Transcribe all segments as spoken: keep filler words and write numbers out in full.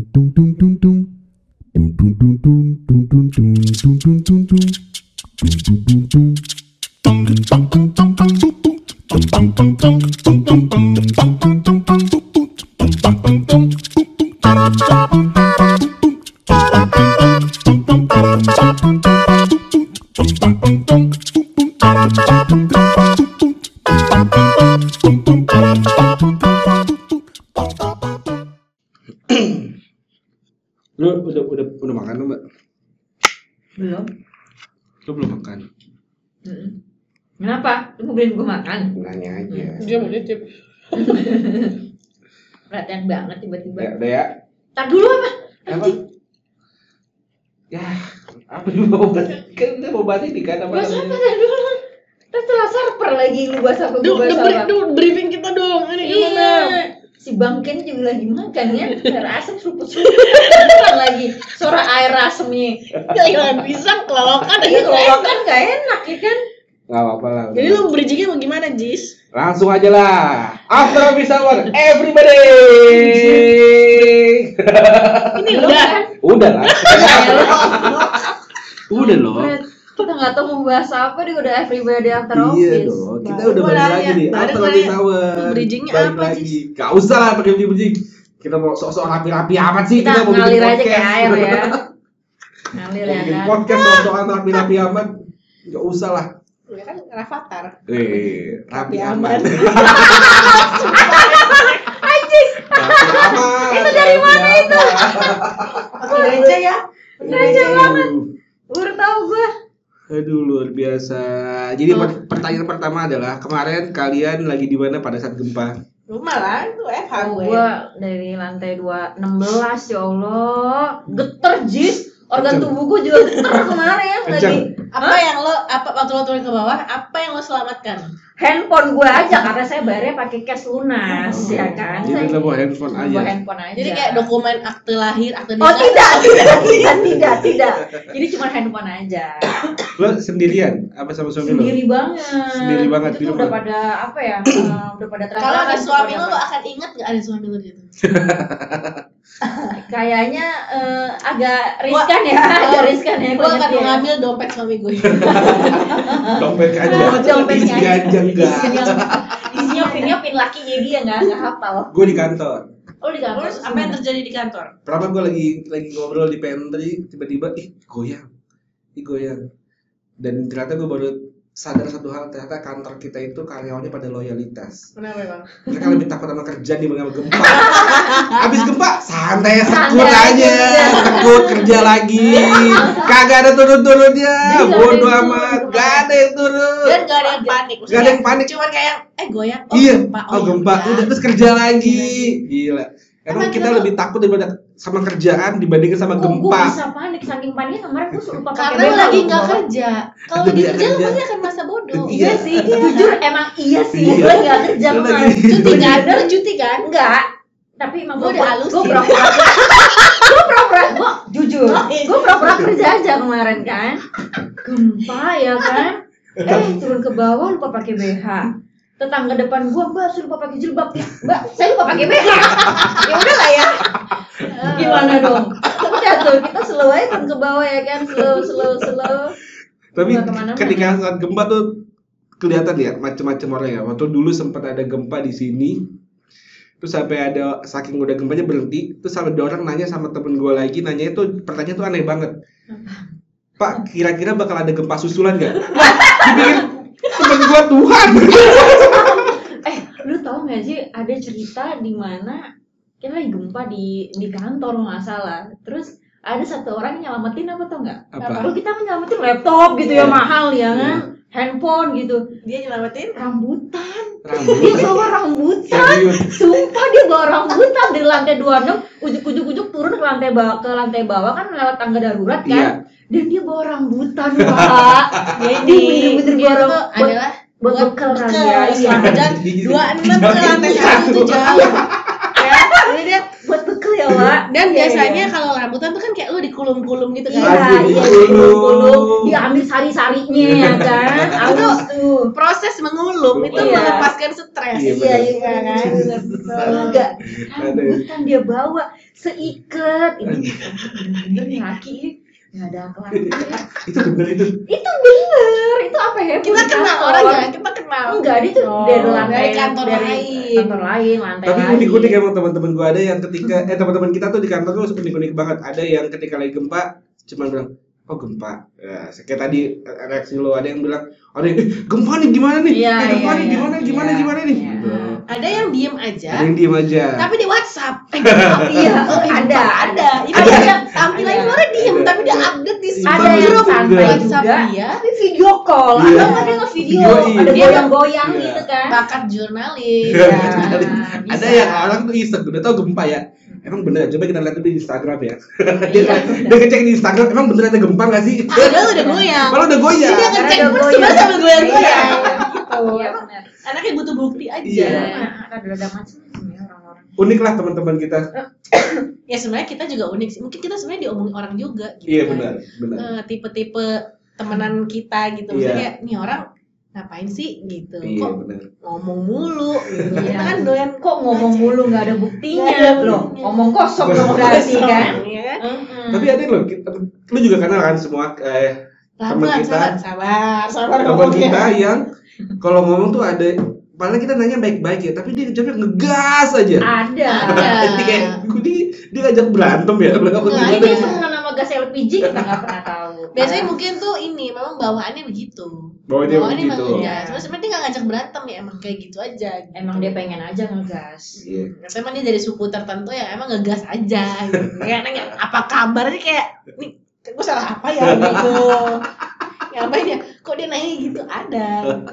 Lu udah udah udah makan lu, Mbak? Belum. Lu belum makan. Mm-mm. Kenapa? Lu mau beliin gue makan? Nanya aja. Dia mau nitip. Perhatian banget tiba-tiba. Ya, udah ya. Tar dulu apa? Apa? Ya, apa dulu obat? Kan kita mau bahas ini kan apa Bahas apa namanya? tar dulu? Terus setelah sarper lagi lu bahas apa, gue Duh, bahas udah apa? duh, briefing kita dong. Ini gimana? Iya. Si Bangken juga lagi makan ya. Air asam seruput-seruput lagi. Suara air asamnya. Jangan bisa kelolokan. Iya, kalau kan gak enak ya kan? Gak apa-apa lah. Jadi lu bridging-nya mau gimana, Jis? Langsung aja lah. After Office Hour, everybody. Ini Lu udah. kan? Udah lah. Ya, lu. Udah loh. Fred, kita nggak tahu mau bahas apa dia udah everybody after office. Iya dong. Kita Baru udah balik nanya, lagi nih. baru After nanya. Office Hour. Tuh, bridging-nya Balik apa, lagi. Jis? Gak usah lah pakai bridging. Kita mau sok-sok rapi-rapi amat sih. Kita mau bikin ngalir aja podcast. kayak air ya. Ngalir Mau ya bikin kan. podcast sok-sokan rapi-rapi amat. Gak usah lah. Ya kan Rafathar. Eh, rapi Rapi aman. aman. Rapi aman. Itu dari mana itu? Oke aja ya. Raja banget. Baru tahu gue. Aduh, luar biasa. Jadi Oh. per- pertanyaan pertama adalah kemarin kalian lagi di mana pada saat gempa? Rumah lah, itu F H gue. Gue dari lantai dua enam belas ya Allah. Geter Jis. Organ Kenceng. tubuh gue juga geter kemarin lagi. Kenceng. Apa yang lo apa waktu lo turun ke bawah, apa yang lo selamatkan? Handphone gue aja karena saya bayarnya pakai cash lunas Oh, ya kan. jadi Saya lo bawa handphone bawa aja. handphone aja. Jadi kayak dokumen akte lahir, akte Oh nikah. tidak, tidak, tidak, tidak, tidak. Jadi cuma handphone aja. Lo sendirian? Apa sama suami lo? Sendiri banget. Sendiri banget Itu di tuh rumah. udah pada apa ya? eh, udah pada terang. Kalau ada suami lo, lo akan ingat gak ada suami lo gitu? Kayaknya eh, agak riskan ya, agak riskan ya. Gue akan inget ya. mengambil dompet suami gue. Dompet aja. Oh, dompetnya Isi aja enggak. Isinya, isinya pinnya pin lakinya dia nggak nggak hafal. Gue di kantor. Oh di kantor. Terus apa yang terjadi di kantor? Pertama gue lagi lagi ngobrol di pantry, tiba-tiba ih goyang, ih goyang. Dan ternyata gue baru sadar satu hal, ternyata kantor kita itu karyawannya pada loyalitas. Kenapa emang? Mereka lebih takut sama kerjaan dibanding sama gempa. Habis gempa santai Santai sekut aja, aja, udah. sekut kerja lagi. Kagak ada turun-turunnya, Jadi nggak ada bodo yang amat, turun. gak ada yang turun. Dan gak ada yang panik. Gak ada yang panik. Cuman kayak eh goyang. Oh Iya, gempa. oh gempa, ya udah terus kerja lagi. Gila. Emang Emang kita kita lebih takut daripada sama kerjaan dibandingkan sama Oh, gue gempa. bisa panik, saking paniknya kemarin gue lupa pakai Karena B H lo lagi loh, nggak Bang. kerja. Kalau Itu lagi dia kerja lo kerja. pasti akan masa bodoh. Iya. Iya sih, jujur emang iya sih, Iya. gue nggak kerja Lu kemarin. lagi- Cuti kan? Bener. Lo cuti kan? Enggak, tapi emang Gua gue udah halusin. gue pura-pura, gue pura-pura, gue jujur, Oh, iya. gue pura-pura kerja aja kemarin kan, gempa ya kan, eh turun ke bawah lupa pakai B H. Tetangga depan gua, mbak, saya lupa pakai jilbab ya, mbak, saya lupa pakai B H. Ya udah lah ya. Gimana dong? Udah tuh kita slow aja turun ke bawah ya kan, slow, slow, slow. Tapi Nggak kemana-mana. ketika saat gempa tuh kelihatan ya macam-macam orang ya. Waktu dulu sempat ada gempa di sini. Terus sampai ada saking udah gempanya berhenti, terus sampai ada orang nanya sama temen gue lagi, nanya itu pertanyaan tuh aneh banget. Pak, kira-kira bakal ada gempa susulan nggak? Wah, dipikir temen gue Tuhan. Eh, lu tau gak sih ada cerita di mana kita lagi gempa di di kantor nggak salah. Terus ada satu orang yang nyelamatin apa tau nggak? Apa? Kalau kita kan nyelamatin laptop gitu ya Iya. mahal ya Iya. kan, handphone gitu. Dia nyelamatin. Rambutan. Dia Rambut. bawa rambutan. Serius. Sumpah dia bawa rambutan dari lantai dua puluh enam ujuk-ujuk turun ke lantai bawah ke lantai bawah kan lewat tangga darurat kan. Iya. Dan dia bawa rambutan, Pak. Dia Dia bener-bener dia bawa tuh buat- adalah buat buat bekal kan bekal. ya. Iya. Dan dua puluh enam ke lantai satu itu jauh. Ya, jadi dia Buat bekal ya, Pak. Dan Iya, biasanya iya. kalau rambutan tuh kan kayak lu dikulum-kulum gitu Iya, kan. Aduh, iya, dikulum. dikulum, diambil sari-sarinya ya kan, aus tuh. Proses mengulum itu Iya. melepaskan stres. Iya, Iya, iya kan. kan. Enggak, rambutan dia bawa seikat. Ini bener nih laki ini. Nggak ada akhlaknya. Itu bener itu. Itu bener, itu apa ya? Kita kenal orang ya, kita kenal. Enggak, dia tuh Oh, dari lantai dari kantor dari lain. kantor lain, lantai Tapi lain. unik-unik emang teman-teman gua ada yang ketika eh teman-teman kita tuh di kantor tuh unik-unik banget. Ada yang ketika lagi gempa cuma bilang, "Oh, gempa." Ya, kayak tadi eh, reaksi lo ada yang bilang, "Ada yang, eh, gempa nih gimana nih? Iya, eh, gempa iya, nih iya. gimana gimana Iya, gimana nih?" iya. Gitu. Ada yang diem aja, Ada yang diem aja. tapi di WhatsApp. Iya, Oh, ada, ada. Ini Ada. ada tampilan Ada. luarnya diem, Ada. tapi dia update di Simpel Ada yang juga. santai WhatsApp juga, dia. tapi video call. Iya. Atau ada nge-video, Videoin. ada Dia goyang-goyang Iya. gitu kan. Bakat jurnalis. Iya, Nah, jurnalis. bisa. Ada yang orang tuh iseng, udah tau gempa ya. Emang bener, coba kita lihat dulu di Instagram ya. dia, Iya. dia ngecek di Instagram, emang bener ada gempa gak sih? Padahal udah goyang. Malah udah goyang. Jadi dia Karena ngecek udah pun goyang. sebenarnya sambil goyang-goyang. Iya, Gitu. Iya, benar. Anaknya butuh bukti aja. Iya. Nah, ada macam-macam ya orang-orang. Unik lah teman-teman kita. Ya sebenarnya kita juga unik sih. Mungkin kita sebenarnya diomongin orang juga gitu. Iya kan. benar, benar. Eh, tipe-tipe temenan kita gitu. Iya. Maksudnya kayak nih orang ngapain sih gitu. Iya Kok benar. ngomong mulu gitu. Iya. Kita kan doyan Kok ngomong mulu nggak ada buktinya Nggak ada loh, buktinya. ngomong kosong dong berarti kan. Iya kan? Mm-mm. Tapi ada loh, kita, lu juga kenal kan semua eh, teman Pelan-pelan, kita, sabar, sabar, sabar teman ngomongnya. kita yang kalau ngomong tuh ada, padahal kita nanya baik-baik ya, tapi dia jawabnya ngegas aja. Ada. Ada. Dia kayak, gue dia, dia ngajak berantem ya, bilang apa Nah, gimana Ini ya? temenan sama gas L P G kita nggak pernah tahu. Biasanya mungkin tuh ini memang bawaannya begitu. Bahwa dia Bawaannya begitu. emang Iya. ngegas. Cuma sebenarnya dia nggak ngajak berantem ya, emang kayak gitu aja. Gitu. Emang dia pengen aja ngegas. Iya. Ternyata emang dia dari suku tertentu yang emang ngegas aja. Gitu. Kayak nanya apa kabar nih kayak nih gue salah apa ya gitu. Ngapain ya? Kok dia nanya gitu ada gitu.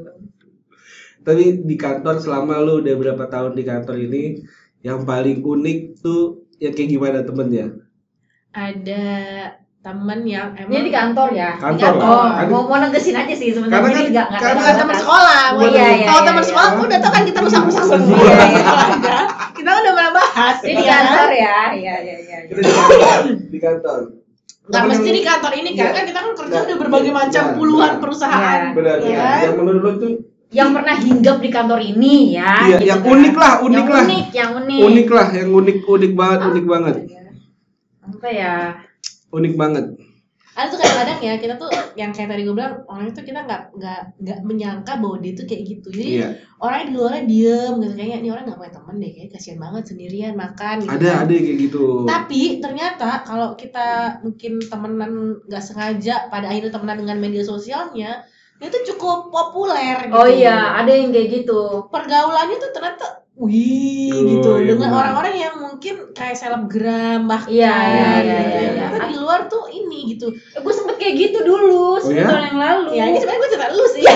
Tapi di kantor selama lu udah berapa tahun di kantor ini, yang paling unik tuh yang kayak gimana temennya? Ada temen yang emang Ini di kantor ya. Kantor kantor. lah. Oh, Kan- mau mau negesin aja sih sebenarnya. Karena Jadi kan- nggak nggak karena bukan ada teman batas. sekolah. Oh, bukan- iya, iya, Kalau iya, teman iya. sekolah udah tau kan kita rusak-rusak semua. Iya, iya. Aja. Kita udah pernah bahas. Ini di ya kan? kantor ya. Iya, iya, iya. Kita di kantor. Di kantor. Nggak Temen mesti lu- di kantor ini kan, Iya. kan kita kan kerja Nah, udah berbagai iya, macam benar, puluhan benar. perusahaan. Iya. Benar, Iya. benar. Yang menurut lu tuh Yang pernah hinggap di kantor ini ya. Iya, gitu yang kan. unik lah, unik yang lah. Unik, yang unik. unik lah, yang unik unik banget, unik banget. Apa ya? Unik banget. Ada tuh kadang-kadang ya kita tuh yang kayak tadi gue bilang orang itu kita nggak nggak nggak menyangka bahwa dia tuh kayak gitu. Jadi Iya. orangnya di luarnya diem gitu kayaknya ini orang nggak punya temen deh, kayak kasihan banget sendirian makan. Gitu Ada, kan. ada yang kayak gitu. Tapi ternyata kalau kita mungkin temenan nggak sengaja pada akhirnya temenan dengan media sosialnya dia tuh cukup populer. Gitu. Oh iya, ada yang kayak gitu. Pergaulannya tuh ternyata wih Oh, gitu iya dengan benar. orang-orang yang mungkin kayak selebgram bahkan Iya, iya, iya, iya, iya. ternyata di luar tuh ini gitu. Eh, gue sempet kayak gitu dulu, sepuluh ya? tahun yang lalu. Ya ini sebenarnya gue cerita lu sih.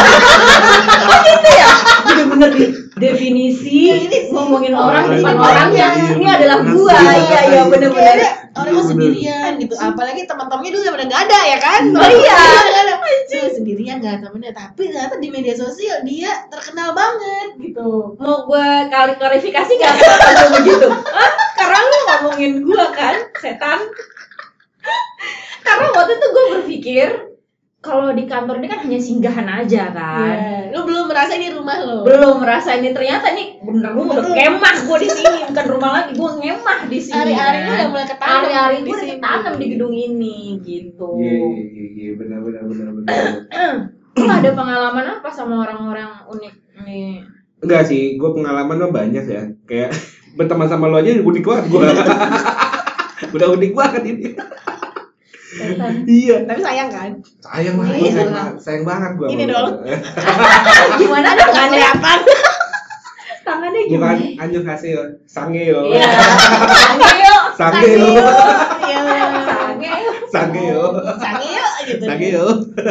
bener-bener di definisi ngomongin orang Oh, depan iya, orang iya, yang iya, ini bener. adalah gua. Iya, Iya, iya, bener-bener. Kayaknya orang Iya, kok bener. sendirian gitu. Apalagi teman-temannya dulu udah nggak ada ya kan? Oh, iya. Nggak ada. Dia sendirian nggak ada temennya. Tapi ternyata di media sosial dia terkenal banget gitu. Mau gue kali klarifikasi nggak kalau begitu? Hah? Karena lu ngomongin gua kan, setan. Karena waktu itu gue berpikir kalau di kantor ini kan hanya singgahan aja kan. Iya. Lu belum merasa ini rumah lo. Belum merasa ini ternyata nih bener gue udah kemah gue di sini, bukan rumah lagi, gue ngemah di sini. Hari-hari lu kan. udah mulai ketanam. Hari-hari di gue udah sini. ketanam di gedung ini gitu. Iya, iya, iya, iya, benar, benar, benar, benar. Lu ada pengalaman apa sama orang-orang unik nih? Enggak sih, gue pengalaman mah banyak ya. Kayak berteman sama lo aja unik banget gue. Udah unik banget ini. Setan. Iya. Tapi sayang kan? Sayang lah, Iya. sayang banget, sayang banget gue. Ini dong. Gimana Nggak tangannya? kelihatan. Tangannya Bukan gimana? anjing hasil, sangeo. Iya. Sangeo. Sangeo. Iya. Sangeo. Sangeo. Sangeo gitu. Sangeo.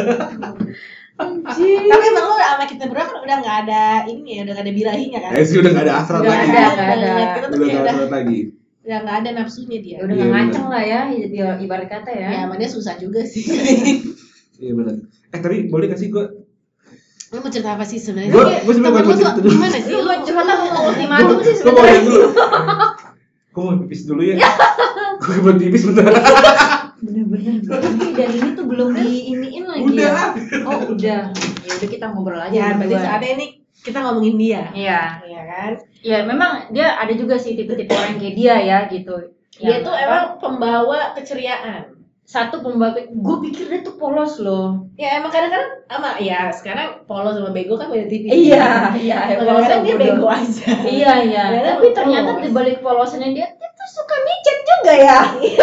Anjir. Tapi emang lu sama kita berdua kan udah nggak ada ini ya, udah nggak ada birahinya kan? Eh sih udah gak ada asal Nggak lagi. ada, nggak ada. Kita tuh Udah kayak gak udah ada lagi. udah nggak ada nafsunya dia. Ya udah Iya, nggak bener. ngaceng lah ya, dia ibarat kata ya. Ya, emang dia susah juga sih. Iya benar. Eh tapi boleh gak sih gue? Lu mau cerita apa sih sebenarnya? Gua- Kayak gua sebenarnya temen mau lu tuh cerita dulu. gimana sih? Lu Lu curhat lu- mau ultimatum sih Gue mau sebenarnya. yang dulu. Gue mau pipis dulu ya. Gue mau pipis bentar. Bener-bener. Tapi dari ini tuh belum diiniin lagi. Udah. Ya? Oh udah. Ya udah kita ngobrol aja. Ya, berarti berdua. saatnya ini kita ngomongin dia. Iya. Iya kan? Ya memang dia ada juga sih tipe-tipe orang kayak dia ya gitu. Dia Yang tuh apa, emang pembawa keceriaan. satu pembawa, gue pikir dia tuh polos loh. Ya emang kadang-kadang sama ya sekarang polos sama bego kan beda tipis. Iya, iya. Kadang-kadang dia bodoh. bego aja. Iya, iya. Kadang Tapi polos. ternyata di balik polosannya dia, dia tuh suka micet juga ya.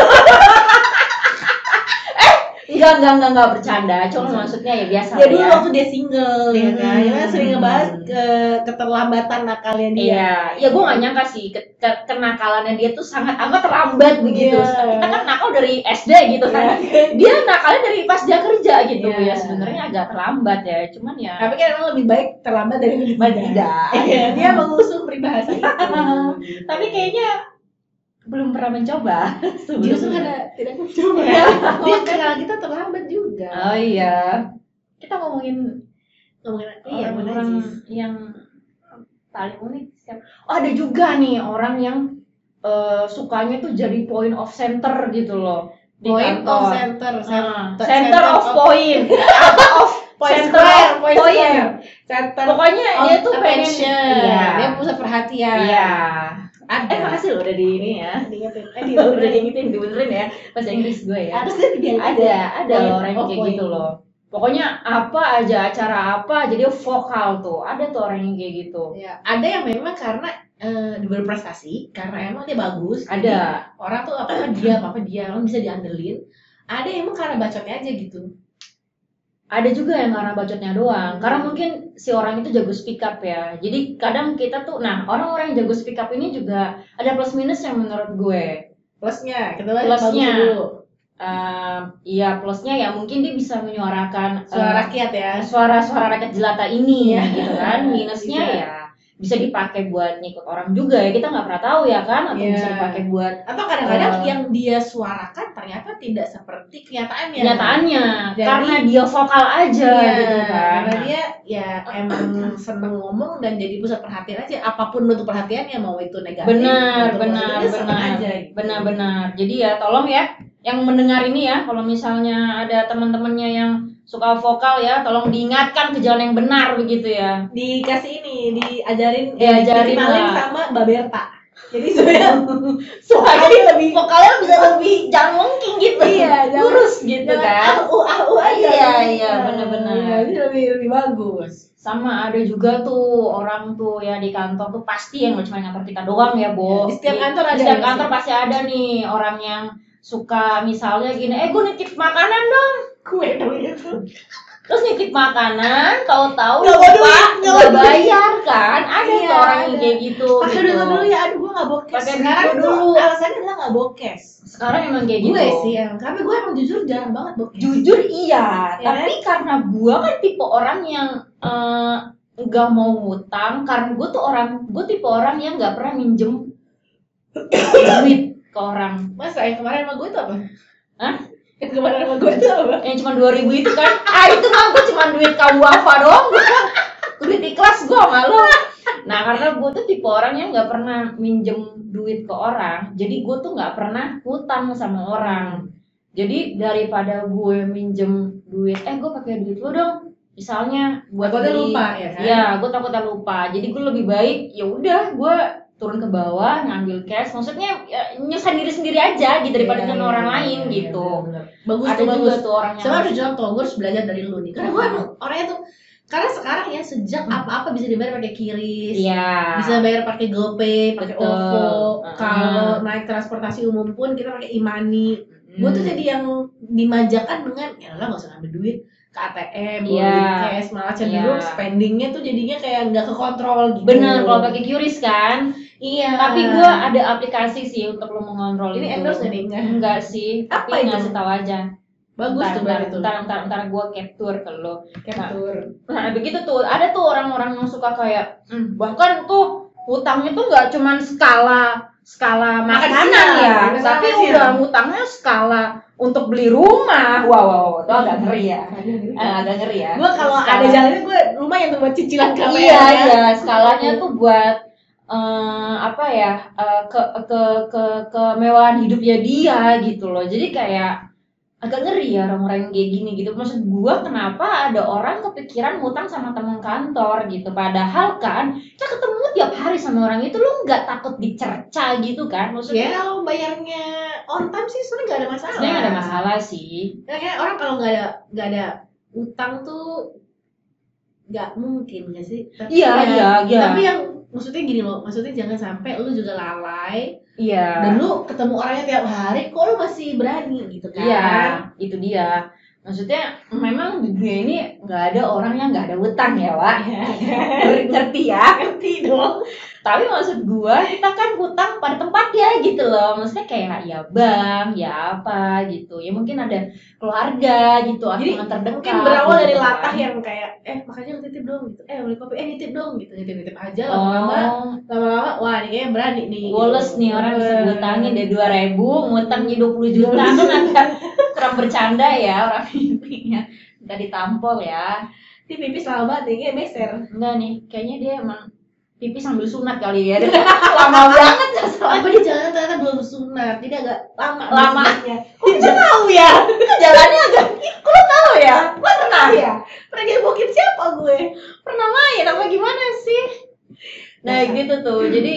eh, enggak, enggak, enggak, enggak bercanda. Cuma maksudnya ya biasa Ya dulu ya. waktu dia single ya kan, Hmm. dia kan sering ngebahas ke keterlambatan nakalnya dia. Iya, ya gue gak nyangka sih ke, ke- kenakalannya dia tuh sangat amat terlambat begitu. Iya. Kita kan nakal dari S D gitu kan. Iya. Dia nakalnya dari pas dia kerja gitu. Iya. Ya sebenarnya agak terlambat ya. Cuman ya. Tapi kan emang lebih baik terlambat dari Terlambat tidak. Iya, dia mengusung peribahasa itu. Tapi kayaknya belum pernah mencoba. justru karena tidak mencoba. Iya. Dia kenal kita terlambat juga. Oh iya. Kita ngomongin Ngomongin iya, orang-orang najis. yang paling unik. siapa? Oh, ada juga nih orang yang eh, sukanya tuh jadi point of center gitu loh di Point kantor. of center, Ah, center, center of point. Apa of point center square, of point point. square. Center Pokoknya of dia tuh pengen attention. Iya. Dia pusat perhatian. Iya. Ada. Eh makasih loh udah di ini ya. Diingetin. Eh, Udah diingetin. diingetin, dibenerin ya bahasa Inggris gue ya. Harus dia dia Ada, ada Point orang yang of kayak point. gitu loh. Pokoknya apa aja acara apa jadi vokal tuh. Ada tuh orang yang kayak gitu. Ya, ada yang memang karena eh, berprestasi, karena emang dia bagus. Ada. Jadi orang tuh apa apa dia, apa apa dia, orang bisa diandelin. Ada yang emang karena bacotnya aja gitu. Ada juga yang karena bacotnya doang. Karena mungkin si orang itu jago speak up ya. Jadi kadang kita tuh, nah orang-orang yang jago speak up ini juga ada plus minus yang menurut gue. Plusnya, kita lihat Plusnya. bagusnya dulu. Eh, iya plusnya ya mungkin dia bisa menyuarakan eh, Suara rakyat ya. suara-suara rakyat jelata ini Iya. gitu kan. Minusnya Bisa. ya bisa dipakai buat nyikut orang juga ya, kita nggak pernah tahu ya kan, atau Iya. bisa dipakai buat Atau kadang-kadang Eh. yang dia suarakan ternyata tidak seperti kenyataannya. kenyataannya Jadi- karena dia vokal aja Iya, gitu kan. karena dia ya emang seneng ngomong dan jadi pusat perhatian aja, apapun bentuk perhatiannya, mau itu negatif Benar, bentuk benar, positif, dia seneng benar. aja gitu. Benar-benar. Jadi ya tolong ya yang mendengar ini ya, kalau misalnya ada teman-temannya yang suka vokal ya, tolong diingatkan ke jalan yang benar begitu ya. Dikasih ini, diajarin, Diajarin dikenalin lah. sama Mbak Berta. Jadi sebenarnya Suaranya lebih vokalnya bisa lebih jangking gitu. Iya, jangan- lurus gitu jangan kan. au au aja. Iya, gitu. iya, benar-benar. Iya, ini lebih lebih bagus. Sama ada juga tuh orang tuh ya di kantor tuh pasti yang nggak cuma kantor kita doang ya, Bo. Di setiap kantor ada Di setiap ya, kantor pasti. pasti ada nih orang yang suka misalnya gini, eh gue nitip makanan dong. Kue dong itu. Terus nitip makanan, tahu-tahu Nggak mau lupa duit, nggak nggak mau duit. bayar kan? Ada Iya, tuh orang yang ada. kayak gitu. Pakai gitu. dulu dulu ya, aduh gue nggak bokes. Pakai Sekarang dulu tuh dulu. alasannya adalah nggak bokes. Sekarang emang kayak gitu. Gue sih yang, tapi gue emang jujur jarang banget bokes. Jujur iya, Ya tapi karena gua kan tipe orang yang eh, nggak mau ngutang, karena gue tuh orang, gue tipe orang yang nggak pernah minjem duit ke orang. Masa yang kemarin sama gue tuh apa? Hah? Yang kemarin sama gue tuh apa? Yang cuma dua ribu itu kan, ah itu mah gue cuma duit kamu apa doang, gua. Duit ikhlas gue malu. Nah karena gue tuh tipe orang yang nggak pernah minjem duit ke orang, jadi gue tuh nggak pernah hutang sama orang. Jadi daripada gue minjem duit, eh gue pakai duit lu dong, misalnya buat Takutnya beli- lupa ya kan? Iya, gue takutnya lupa. Jadi gue lebih baik ya udah gue turun ke bawah ngambil cash. Maksudnya ya, nyusahin diri sendiri aja gitu daripada Iya, nyusahin iya, orang iya, lain iya, gitu. bener-bener. Bagus Ada tuh, juga bagus. tuh orang yang Sama ada contoh, gue harus belajar dari lu nih. Karena gue emang orangnya tuh, karena sekarang ya sejak apa-apa bisa dibayar pakai kiris, Iya. bisa bayar pakai GoPay, pakai Betul. OVO. Uh-uh. Kalau naik transportasi umum pun kita pakai e-money. Hmm. Gue tuh jadi yang dimanjakan dengan ya lah nggak usah ngambil duit ke A T M, bawa Iya. duit cash, malah cenderung Iya. spendingnya tuh jadinya kayak nggak kekontrol gitu. Bener, kalau pakai QRIS kan. Iya. Tapi gue ada aplikasi sih untuk lo mengontrol Ini itu. endorse nggak nih? Enggak. Enggak sih, Apa tapi itu? ngasih tahu aja. Bagus Ntar, tuh ntar, berarti tuh. ntar, ntar, ntar gue capture ke lo. Capture. Nah begitu tuh, ada tuh orang-orang yang suka kayak, hmm, bahkan tuh hutangnya tuh nggak cuman skala skala Makan makanan siang, ya, makan tapi siang. udah hutangnya skala untuk beli rumah. Wow, wow, wow, itu agak ngeri ya, Eh, agak ngeri ya. Gue kalau Skala- ada jalannya gue lumayan tuh buat cicilan K P R. Iya, ya. iya, skalanya tuh buat eh, apa ya eh, ke ke ke kemewahan hidupnya dia gitu loh. Jadi kayak agak ngeri ya orang-orang yang kayak gini gitu. Maksud gua kenapa ada orang kepikiran ngutang sama teman kantor gitu. Padahal kan kita ketemu tiap hari sama orang itu, lu nggak takut dicerca gitu kan? Ya Maksudnya kalau bayarnya on time sih sebenarnya nggak ada masalah. sebenarnya nggak ada masalah sih. Ya, kayak orang kalau nggak ada nggak ada utang tuh nggak mungkin nggak sih? Tapi Iya, ya- iya, iya. Tapi yang maksudnya gini loh, maksudnya jangan sampai lu juga lalai Iya. dan lu ketemu orangnya tiap hari, kok lu masih berani gitu kan? Iya, itu dia. Maksudnya memang di dunia ini nggak ada orang yang nggak ada utang ya, Wak. Ngerti ya? Ngerti dong. Tapi maksud gua kita kan hutang pada tempatnya gitu loh. Maksudnya kayak ya bank, ya apa gitu. Ya mungkin ada keluarga gitu atau Jadi, teman terdekat. Mungkin berawal dari gitu latah kan. yang kayak eh makanya lu titip dong gitu. Eh beli kopi, eh nitip dong gitu. Nitip-nitip aja lama-lama. Oh, Lama-lama wah ini kayaknya berani nih. Woles gitu. nih orang bisa Eh, ngutangin dari dua ribu, ngutang jadi dua puluh juta kan agak kurang bercanda ya orang mimpinya. Udah ditampol ya. Dia pipis lama banget nih, kayak beser. Enggak nih, kayaknya dia emang pipis sambil sunat kali ya. Dia lama banget ya soalnya. Apa dia jalan ternyata belum sunat, jadi agak lama. Lama. sunatnya. Kok bisa tahu ya? Jalannya agak, kok lo tahu ya? Lo pernah Tahu ya? Pernah ngebokin siapa gue? pernah main apa gimana sih? Nah Masa? gitu tuh, jadi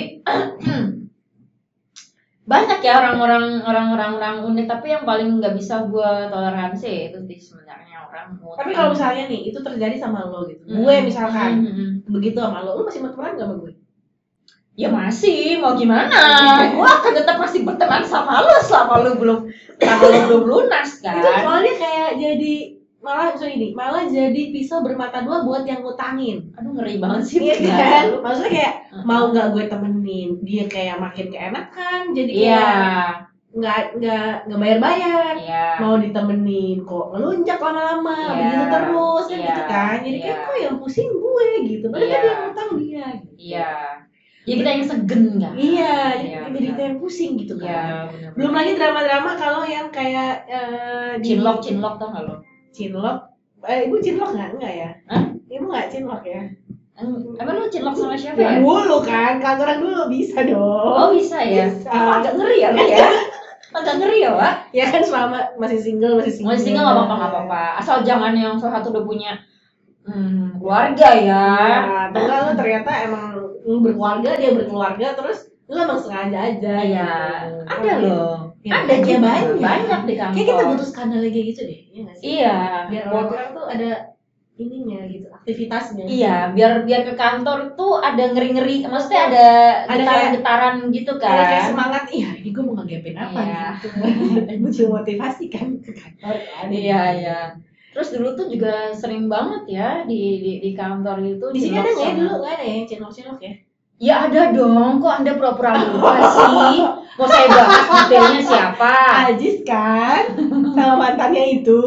banyak ya orang-orang orang-orang orang unik, tapi yang paling nggak bisa gue toleransi itu sih sebenarnya orang ngutang. Tapi kalau misalnya nih itu terjadi sama lo gitu, Hmm. gue misalkan Hmm. begitu sama lo, lo masih berteman gak sama gue? Ya masih, mau gimana? Gue akan tetap masih berteman sama lo selama lo belum selama lo belum lunas kan? Itu soalnya kayak jadi malah misalnya gini, malah jadi pisau bermata dua buat yang ngutangin. Aduh ngeri banget sih. Iya Bunda. kan? Maksudnya kayak Heeh. mau nggak gue temenin, dia kayak makin keenakan, jadi Iya, kayak nggak nggak nggak bayar-bayar. iya. Mau ditemenin kok ngelunjak lama-lama, Iya, begitu terus kan iya, gitu kan. Jadi kayak iya. kok yang pusing gue gitu. Padahal Iya. kan yang ngutang dia. Gitu. Iya. Jadi kita yang segen kan? Iya, jadi Iya, jadi kita yang pusing gitu kan. Iya, benar. Belum lagi drama-drama kalau yang kayak eh, di Cinlok, cinlok tau gak lo? Cinlok. Eh, ibu cinlok nggak? Enggak ya? Hah? Ibu nggak cinlok ya? Eng- Emang lu cinlok sama siapa ya? Dulu kan, kantoran dulu bisa dong. Oh bisa ya? Bisa. Oh, agak ngeri ya lu ya? Agak ngeri ya, Wak? Ya kan selama masih single, masih single. Masih single gak apa-apa, gak apa-apa. Asal jangan yang salah satu udah punya hmm, keluarga ya. Nah, atau enggak lu ternyata emang lu berkeluarga, dia berkeluarga, terus lu emang sengaja aja. Iya, gitu. ada loh. Ya, Ada ya juga. banyak. Banyak di kantor. Kayak kita butuh skandal kayak gitu deh, iya nggak sih? Iya. Biar orang-orang tuh ada ininya gitu, aktivitasnya. Iya, biar biar ke kantor tuh ada ngeri-ngeri, maksudnya ada Ada getaran-getaran gitu kan. Kayak kayak semangat, iya ini gue mau ngegapin apa Iya. gitu. Butuh motivasi kan ke kantor kan. Iya, iya. Terus dulu tuh juga sering banget ya di di, di kantor itu. Di sini cinlok ada nggak ya sama- dulu nggak ada ya cinlok-cinlok ya? Ya ada dong, kok Anda pura-pura lupa sih? Mau saya bahas detailnya siapa? Ajis kan sama mantannya itu.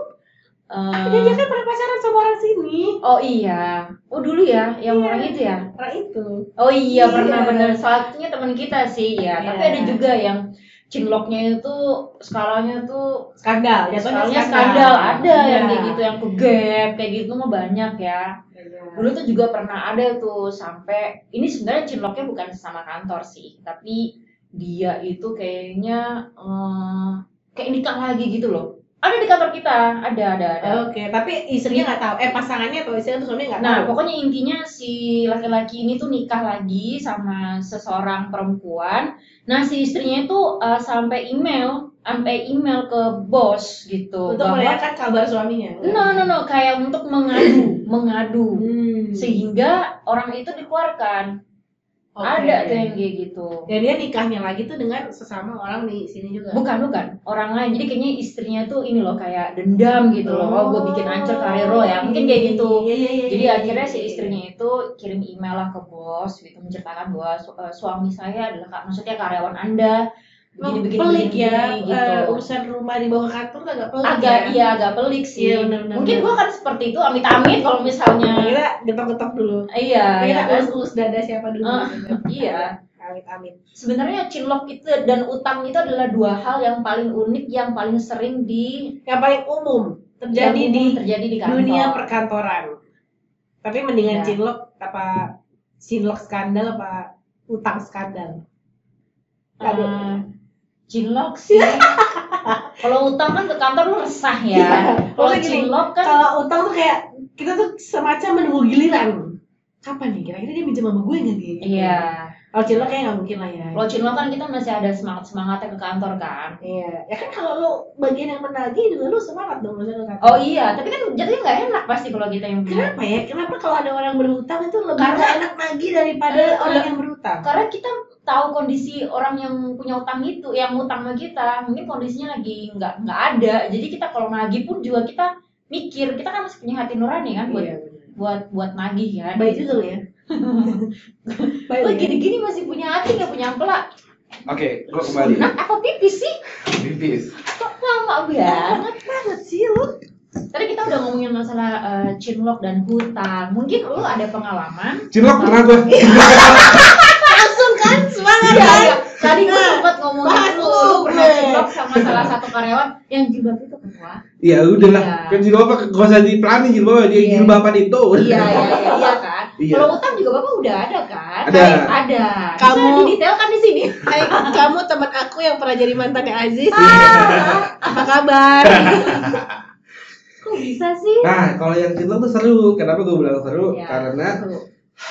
Eh, Dia, dia kan pernah pacaran sama orang sini. oh iya, oh dulu ya, yang Iya. orang itu ya? Orang itu. Oh iya, Iya. pernah bener. Salah satunya teman kita sih ya. Iya. Tapi ada juga yang cinloknya itu skalanya tuh Skandal, jatuhnya skalanya skandal. Ada Iya. yang kayak gitu, yang ke gap kayak gitu mah banyak ya. Dulu tuh juga pernah ada tuh sampai ini sebenarnya cinloknya bukan sama kantor sih, tapi dia itu kayaknya eh, kayak nikah lagi gitu loh. Ada di kantor kita, ada ada ada. Oke, tapi istrinya nggak tahu. Eh pasangannya atau istrinya atau suaminya nggak Nah, tahu. pokoknya intinya si laki-laki ini tuh nikah lagi sama seseorang perempuan. Nah, si istrinya itu eh, sampai email, sampai email ke bos gitu. Untuk bahwa- menanyakan kabar suaminya. no, no, no, kayak untuk mengadu, mengadu. Hmm. Sehingga orang itu dikeluarkan. Oke. Ada tuh yang kayak gitu. Dan dia nikahnya lagi tuh dengan sesama orang di sini juga. Bukan, bukan. Orang lain. Jadi kayaknya istrinya tuh ini loh kayak dendam gitu loh. Oh, gue bikin hancur karir lo ya. Mungkin kayak gitu. Iya, iya, iya, Jadi iya, akhirnya iya, si iya. istrinya itu kirim email lah ke bos gitu menceritakan bahwa su- eh, suami saya adalah kak- maksudnya karyawan Anda begini begini pelik begini, ya, begini, gitu. eh, urusan rumah di bawah kantor tuh agak pelik Agak ya. iya agak pelik sih. Iya, benar-benar. Mungkin gua kan seperti itu amit-amit kalau misalnya Kita getok-getok dulu. iya ya Kita kan. ulus-ulus dada siapa dulu. Eh, gitu. Iya. Amit-amit. Sebenarnya cinlok itu dan utang itu adalah dua hal yang paling unik yang paling sering di Yang paling umum terjadi yang umum di terjadi di kantor. dunia perkantoran. Tapi mendingan Ya. cinlok apa cinlok skandal apa utang skandal? Eh, cinlok sih. Kalau utang kan ke kantor lu resah ya. Kalau Maksudnya gini, cinlok kan kalau utang tuh kayak kita tuh semacam menunggu giliran. Kapan nih? Kira-kira dia minjem sama gue nggak nih? iya. Kalau cinlok kayak nggak mungkin lah ya. Kalau cinlok kan kita masih ada semangat semangatnya ke kantor kan. Iya, ya kan kalau lu bagian yang menagih juga lu semangat dong maksudnya ke kantor. Oh iya, tapi kan jadinya nggak enak pasti kalau kita yang punya. Kenapa ya? Kenapa kalau ada orang berhutang itu lebih Karena- nggak enak nagih daripada Eh, orang le- yang berhutang? Karena kita tahu kondisi orang yang punya utang itu, yang utang sama kita, mungkin kondisinya lagi nggak nggak ada. Jadi kita kalau nagih pun juga kita mikir, kita kan masih punya hati nurani kan buat Iya, benar. buat buat nagih kan. Baik juga lu ya. Baik Lo ya. gini-gini masih punya hati nggak punya ampela? Oke, gua kembali. Nah, apa pipis sih? Pipis. Kok lama banget? banget sih lu. Tadi kita udah ngomongin masalah eh, cinlok dan hutang. Mungkin lu ada pengalaman? Cinlok pernah gua. Langsung kan semangat Iya, kan? iya. Tadi gue sempat ngomongin bahas lu, dulu, lu pernah Bre. cinlok sama salah satu karyawan yang jilbab itu kan, wah. Ya udahlah, Iya. kan jilbab gak usah dipelani jilbab, dia Iya. jilbaban itu. Iya, iya, iya, iya kan. Iya. Kalau utang juga bapak udah ada kan? Ada. Hai, ada. Kamu- Bisa didetailkan di sini. Hai, kamu teman aku yang pernah jadi mantannya Aziz. Ah, Apa kabar? kok bisa sih? Nah, kalau yang cinlok tuh seru. Kenapa gua bilang seru? Ya, Karena seru.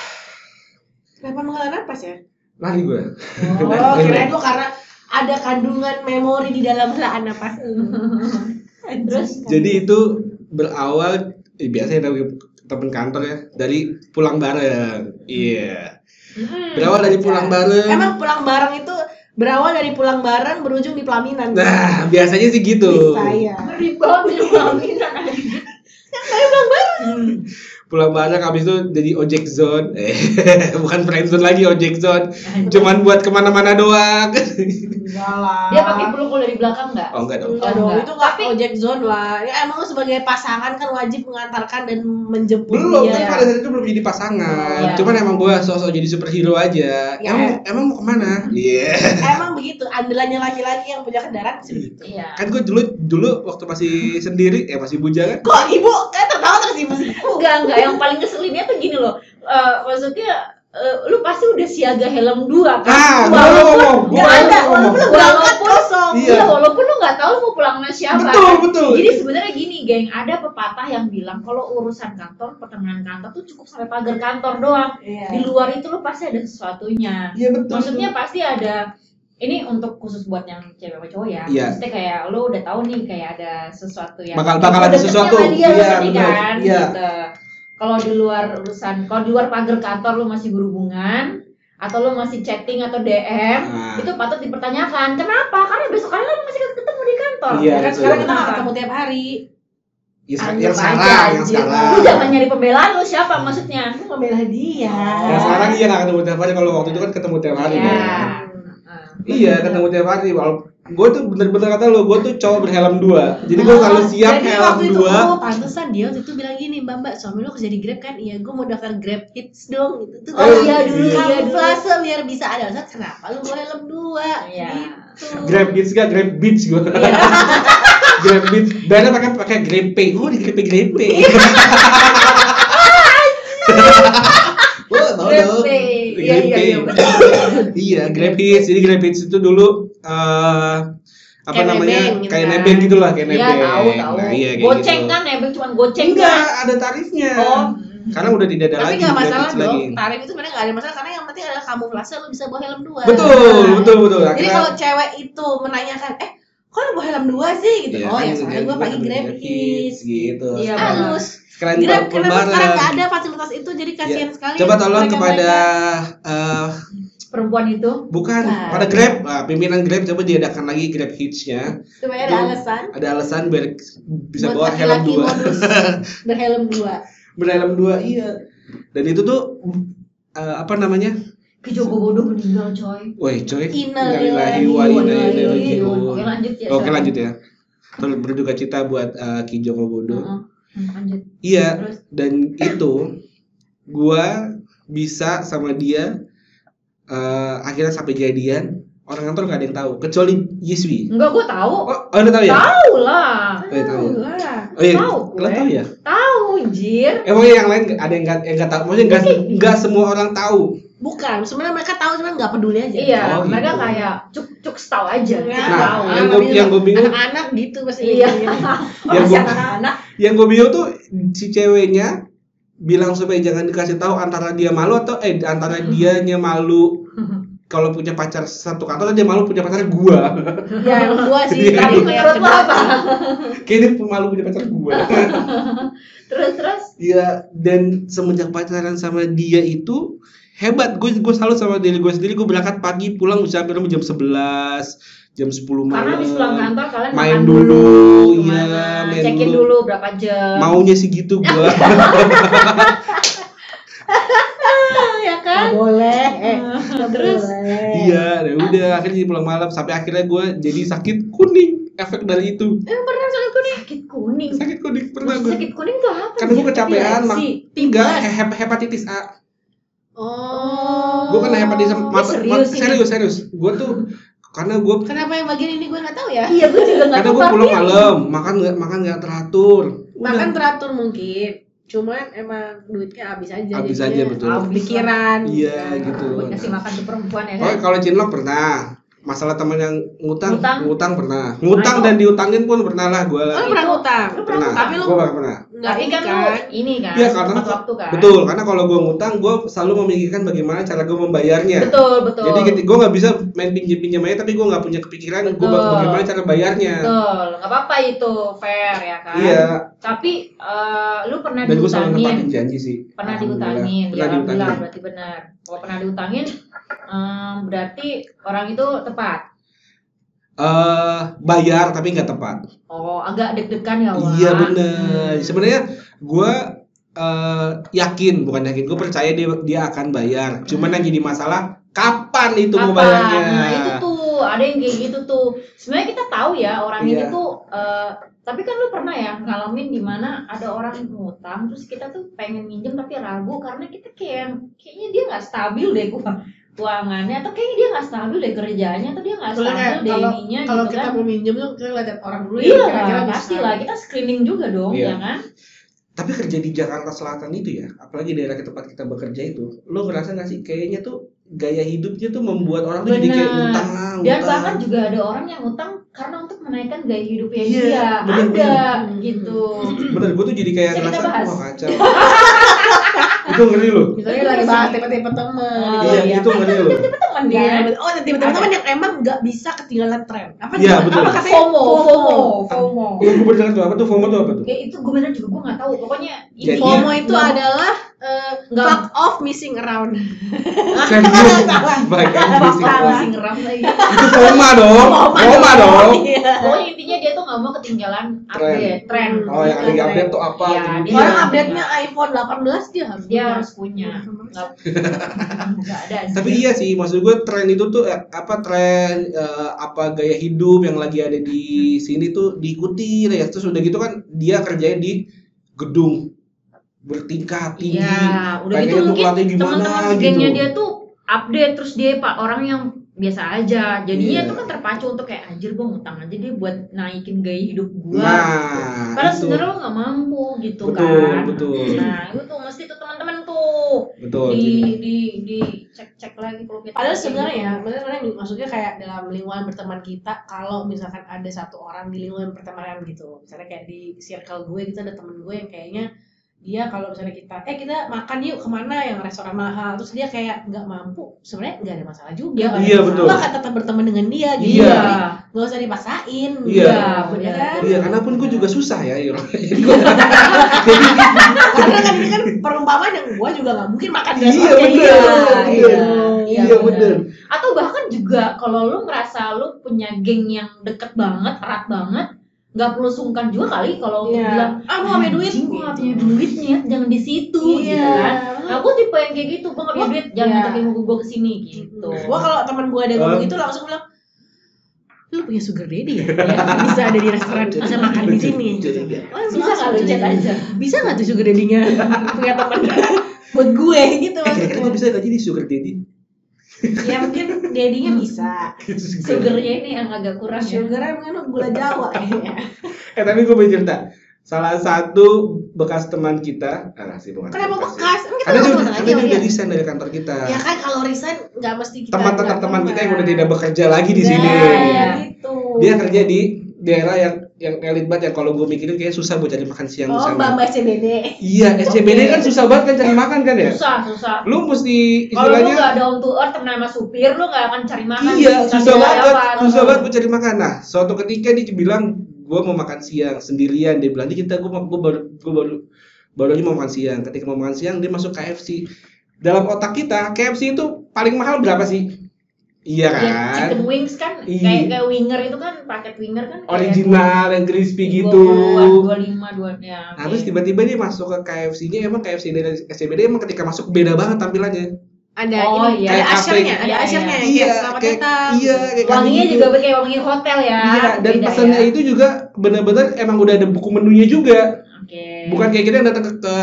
Kenapa menghela napas ya? lari gua. Oh, kirain lu karena ada kandungan memori di dalam helaan napas. Terus? Jadi itu berawal eh, biasanya dari temen kantor ya, dari pulang bareng. Iya. Hmm, Berawal dari pulang bareng. Emang pulang bareng itu berawal dari pulang bareng berujung di pelaminan. Nah, biasanya sih gitu. Saya. Ribet di pelaminan aja. Saya pulang bareng. Pulang bareng habis itu jadi ojek zone. Eh, bukan friend zone lagi, ojek zone. Cuman buat kemana-mana doang. Enggak lah. Dia pakai pelukul dari belakang nggak? Oh enggak dong. Enggak Oh, dong, enggak. itu nggak Tapi- ojek zone lah. Ya emang lu sebagai pasangan kan wajib mengantarkan dan menjemput Belum, dia. kan pada saat itu belum jadi pasangan. Iya. Cuman emang gua sosok jadi superhero aja. Ya. Emang emang mau kemana? Iya. Emang begitu, andalannya laki-laki yang punya kendaraan sih begitu. Iya. Kan gua dulu dulu waktu masih sendiri, ya masih bujangan. Kok ibu kan tertawa terus ibu sih? Enggak, enggak. Yang paling ngeselinnya tuh gini loh. Eh, maksudnya eh, lu pasti udah siaga helm dua kan? Ah, gua walaupun ngomong, gua Nggak ada, ngomong. walaupun lu berangkat Walaupun- kosong. Iya. Iya, walaupun lu nggak tahu mau pulang sama siapa. Betul, kan? betul. Jadi sebenarnya gini, geng, ada pepatah yang bilang kalau urusan kantor, pertemanan kantor tuh cukup sampai pagar kantor doang. Iya. Di luar itu lu pasti ada sesuatunya. Iya betul. Maksudnya pasti ada. Ini untuk khusus buat yang cewek sama cowok ya. Iya. Maksudnya kayak lu udah tahu nih kayak ada sesuatu yang Bakal- bakal lu ada deketnya sesuatu. sama dia, lu Iya, ngerti benar. kan? Iya. Gitu. Kalau di luar urusan, kalau di luar pagar kantor lu masih berhubungan atau lu masih chatting atau D M, Nah. itu patut dipertanyakan. Kenapa? Karena besok kali lu masih ketemu di kantor. Iya, Kan betul. sekarang kita nggak Kenapa? ketemu tiap hari. Ya, Anggap yang aja, sekarang, yang anjir. sekarang. Lu jangan nyari pembelaan lu siapa maksudnya? Aku ngebela dia. Yang sekarang iya nggak ketemu tiap hari. Kalau waktu itu kan ketemu tiap hari. Iya. kan. Heeh. Iya, ketemu tiap hari. Gue tuh bener-bener kata lo, gue tuh cowok berhelm dua. Jadi gue selalu siap Jadi helm waktu itu, dua. oh pantesan dia waktu itu bilang gini, Mbak Mbak, suami lu kerja di Grab kan? Iya, gue mau daftar Grab Hits dong. Gitu. Tuh, Oh iya dulu, iya. iya dulu. kamuflase biar bisa ada alasan kenapa lu bawa helm dua. Iya. Gitu. Grab Beats gak? Grab Beats gue. Grab Beats. Bayarnya pakai pakai Grab Pay. Oh di Grab Pay Grab Pay. Wah, mau Grab dong. Pay. Grab Iya, iya, Pay. iya, betul. Iya, Grab Hits. Jadi Grab Hits itu dulu eh apa Kayak namanya? nebeng gitu Kayak kan. nebeng gitu lah, kayak Iya, nebeng. tahu tahu. Nah, iya kayak Goceng gitu. kan nebeng cuma goceng Enggak, kan. ada tarifnya. Oh. Karena udah tidak ada Tapi lagi nggak Grab masalah Hits dong, lagi. tarif itu sebenarnya nggak ada masalah karena yang penting adalah kamuflase lu bisa bawa helm dua. Betul, betul, betul. Jadi Akhirnya- kalau cewek itu menanyakan, eh kok lu bawa helm dua sih? Gitu. Iya, oh kan ya soalnya Grab gue pakai Hits, Grab Hits. gitu. Iya, Halus. Sekarang Grab juga kenapa sekarang bareng. nggak ada fasilitas itu jadi kasihan Ya. sekali. Coba tolong mereka- kepada mereka. eh, Perempuan itu. bukan Nah. pada Grab, nah, pimpinan Grab coba diadakan lagi Grab Hits-nya. supaya ada Tuh. alasan Ada alasan biar bisa buat bawa helm laki-laki dua. modus berhelm dua. Berhelm dua, iya. Dan itu tuh eh, apa namanya? Ki Joko Bodo meninggal coy. Woi, coy. Innalillahi wa inna ilaihi Oke raji'un. lanjut ya. Oke, sorry. lanjut ya. Terus berduka cita buat eh, Ki Joko Bodo. Heeh. Hmm, lanjut. Iya, Terus? dan itu gua bisa sama dia eh, akhirnya sampai jadian. Orang kantor gak ada yang tahu, kecuali Yiswi. Enggak, gua tahu. Oh, oh udah tahu ya? Tahu lah. Oh, iya, tahu. lah. Oh iya, Tahu gue. kalian tahu ya? Tahu, jir. Emang yang lain nggak- ada yang nggak yang nggak tahu, maksudnya nggak nggak semua orang tahu. Bukan, sebenarnya mereka tahu cuman nggak peduli aja. Iya, Oh, mereka gitu. kayak cuk cuk tahu aja. Nah, Cuk tahu. yang gua- yang gua bingung- anak-anak gitu pasti. Iya. Yang Yang gua- anak-anak. Yang gue bingung tuh si ceweknya bilang supaya jangan dikasih tahu antara dia malu atau eh antara dianya malu kalau punya pacar satu kantor atau dia malu punya pacar gua. Ya, yang gua sih. Iya. Tapi menurut lo apa? Kayaknya dia malu punya pacar gua. Terus terus Iya, dan semenjak pacaran sama dia itu hebat. Gue gue salut sama diri gue sendiri. Gue berangkat pagi, pulang bisa sampai rumah jam sebelas, jam sepuluh malam. karena habis pulang kantor kalian main makan dulu, kemana, iya, main check-in dulu. dulu berapa jam. Maunya sih gitu gua. ya kan? Nggak boleh. Eh, Terus Iya, dan udah akhirnya jadi pulang malam sampai akhirnya gue jadi sakit kuning efek dari itu. emang pernah sakit kuning? Sakit kuning. Sakit kuning pernah Maksud gue. sakit kuning tuh apa? Karena gue kecapean, mak. Epilepsi. Enggak, he- hepatitis A. Oh. Gue kena hepatitis Ini mata. serius mat- ini? serius, serius. Gue tuh karena gue Kenapa yang bagian ini gue nggak tahu ya? Iya, gue juga nggak karena tahu. gue pulang Parfir. malam, makan nggak makan nggak teratur. Udah. Makan teratur mungkin. Cuman emang duitnya habis aja. Habis jadinya aja, betul. habis pikiran. Iya, gitu. Buat kasih makan tuh perempuan ya Oh, kan? kalau cinlok pernah. Masalah teman yang ngutang, Ngutang? ngutang pernah. Ngutang Nah, dan diutangin pun pernah lah gue. Oh, lu pernah Itu- ngutang? Lu Pernah. Tapi lu Gue pernah. nggak Tapi ini kan lu kan? ini kan? Iya, karena tepat waktu kan? betul, karena kalau gue ngutang, gue selalu memikirkan bagaimana cara gue membayarnya. Betul, betul. Jadi gue nggak bisa main pinjam-pinjam aja, tapi gue nggak punya kepikiran gue Betul. bagaimana cara bayarnya. Betul, nggak apa-apa itu fair ya kan? Iya. Tapi eh, lu pernah Dan gue selalu nepatin diutangin, janji sih. pernah Alhamdulillah. diutangin, Pernah ya alhamdulillah diutangin. berarti benar. Kalau pernah diutangin, em, berarti orang itu tepat. Eh, bayar tapi nggak tepat. Oh, agak deg-degan ya Wak? Iya bener. Hmm. Sebenarnya gue eh, yakin, bukan yakin, gue percaya dia dia akan bayar. Cuman yang jadi masalah kapan itu mau Apa? bayarnya. Nah itu tuh, ada yang kayak gitu tuh. Sebenarnya kita tahu ya orang ini Iya. tuh. eh, tapi kan lu pernah ya ngalamin di mana ada orang ngutang, terus kita tuh pengen minjem tapi ragu karena kita kayak kayaknya dia nggak stabil deh keuangan- keuangannya, atau kayaknya dia nggak stabil deh kerjanya, atau dia nggak Soalnya stabil kayak deh kalau ininya kalau gitu kita kan. mau minjem tuh kita lihat orang dulu Iya ya kira-kira lah, bisa. pasti lah kita screening juga dong, Iya. ya kan? Tapi kerja di Jakarta Selatan itu ya, apalagi daerah ke tempat kita bekerja itu, lo ngerasa nggak sih kayaknya tuh gaya hidupnya tuh membuat orang tuh jadi kayak Benar. ngutang ah, Dan ngutang. bahkan juga ada orang yang ngutang karena untuk menaikkan gaya hidupnya Iya, dia, bener, ada bener. gitu. Bener, gue tuh jadi kayak Bisa kita ngerasa bahas? wah kacau. Itu ngeri loh. Misalnya lagi bahas tipe-tipe teman. Oh, gitu Iya, ya. itu ngeri loh. Teman Iya, kan? bet- oh tipe-tipe teman yang emang nggak bisa ketinggalan tren. Apa Iya, gimana? betul. Apa katanya? FOMO, FOMO, FOMO. Gue gue bener tuh apa tuh FOMO tuh apa tuh? Ya itu gue bener juga gue nggak tahu. Pokoknya Jadi- FOMO itu nggak- adalah eh, Nggak- fuck off missing around. Serius, baik kan Apa missing apa out. sih ngeram lagi. Itu FOMA dong, FOMA dong. Iya. Pokoknya intinya dia tuh nggak mau ketinggalan update tren. Oh yang lagi update tuh apa? Iya, tuh? dia- Orang update-nya iPhone delapan belas dia harus Dia punya. harus punya. Nggak nggak ada sih. Tapi iya sih, maksud gue tren itu tuh eh, apa tren eh, apa gaya hidup yang lagi ada di sini tuh diikuti ya. Terus udah gitu kan dia kerjanya di gedung bertingkat tinggi. Iya, udah gitu Pengennya tuh mungkin pelatih gimana teman-teman gitu. gengnya dia tuh update, terus dia pak orang yang biasa aja. Jadinya Iya. tuh kan terpacu untuk kayak anjir gua ngutang aja dia buat naikin gaya hidup gua. Nah, Padahal itu. sebenarnya lo nggak mampu gitu Betul, kan. betul. Nah, itu tuh mesti tuh teman-teman tuh Betul. di jadi- di di cek-cek lagi kalau kita. Padahal kayak sebenarnya gitu. ya, maksudnya maksudnya kayak dalam lingkungan berteman kita, kalau misalkan ada satu orang di lingkungan pertemanan gitu, misalnya kayak di circle gue gitu ada temen gue yang kayaknya dia kalau misalnya kita, eh kita makan yuk kemana yang restoran mahal, terus dia kayak nggak mampu, sebenarnya nggak ada masalah juga. Iya, nggak ada Iya, masalah. betul. Lo akan tetap berteman dengan dia gitu. Iya. Jadi nggak usah dipaksain. Iya. gitu, benar. ya kan? Iya, karena pun gue juga susah ya. Jadi gue Karena kan ini kan perumpamaan yang gue juga nggak mungkin makan di Iya, restoran kayak bener, gitu. bener. Gitu. Iya, Iya, bener. bener. Atau bahkan juga kalau lu ngerasa lu punya geng yang deket banget, erat banget, nggak perlu sungkan juga kali kalau Iya. bilang Ah, gua nggak punya duit. "Anjing, gua nggak punya duitnya, jangan di situ Iya. gitu kan. Nah, aku tipe yang kayak gitu, gua nggak punya Gua- duit, jangan iya. ngajakin gua gua kesini gitu. Gua kalau teman gua ada ngomong Oh. gitu langsung bilang, lu punya sugar daddy ya? Bisa ada di restoran, bisa makan di sini. Gitu. Langsung, Bisa langsung. nggak lu chat aja? Bisa nggak tuh sugar daddy-nya punya teman buat gue gitu Eh, kira-kira gue maksudnya. bisa gak jadi sugar daddy? Ya mungkin daddy-nya bisa. Sugarnya ini yang agak kurang ya. Sugarnya mungkin gula Jawa kayaknya. Eh tapi gue mau cerita. salah satu bekas teman kita, ah sih bukan. Kenapa bekas sih. bekas? Emang kita Karena dia, nggak udah- kenal karena lagi dia sama udah dia? resign dari kantor kita. Ya kan kalau resign nggak mesti kita Teman-teman kita yang udah nggak tidak bekerja lagi di Nah, sini. Iya. gitu. Dia kerja di daerah yang yang elit banget ya. Kalau gue mikirin kayaknya susah buat cari makan siang di Oh, sana. Mbak S C B D. Iya, S C B D kan susah banget kan cari makan kan ya. Susah, susah. Lu mesti Kalau lu istilahnya gak down to earth temen sama supir, lu gak akan cari makan. iya, di susah daerah banget, apa. susah banget buat cari makan. Nah, suatu ketika dia bilang gue mau makan siang sendirian. Dia bilang di kita gue mau gue baru gue baru baru aja mau makan siang. Ketika mau makan siang dia masuk K F C. Dalam otak kita K F C itu paling mahal berapa sih? Iya kan? Ya, chicken wings kan Iya. kayak kayak winger itu kan paket winger kan kayak Original yang crispy gitu. dua puluhan, dua puluh lima, dua ya. Nah, terus tiba-tiba dia masuk ke K F C-nya, emang K F C dari S C B D emang ketika masuk beda banget tampilannya. Ada Oh, ini, iya. ada Kayak asyarnya, apa- ada iya, asyarnya iya. kayak Iya, selamat kayak- datang. iya, kayak Wanginya gitu. juga kayak wangi hotel ya. Iya, dan Beda pesannya ya. itu juga benar-benar emang udah ada buku menunya juga. Oke. Bukan kayak kita yang datang ke, ke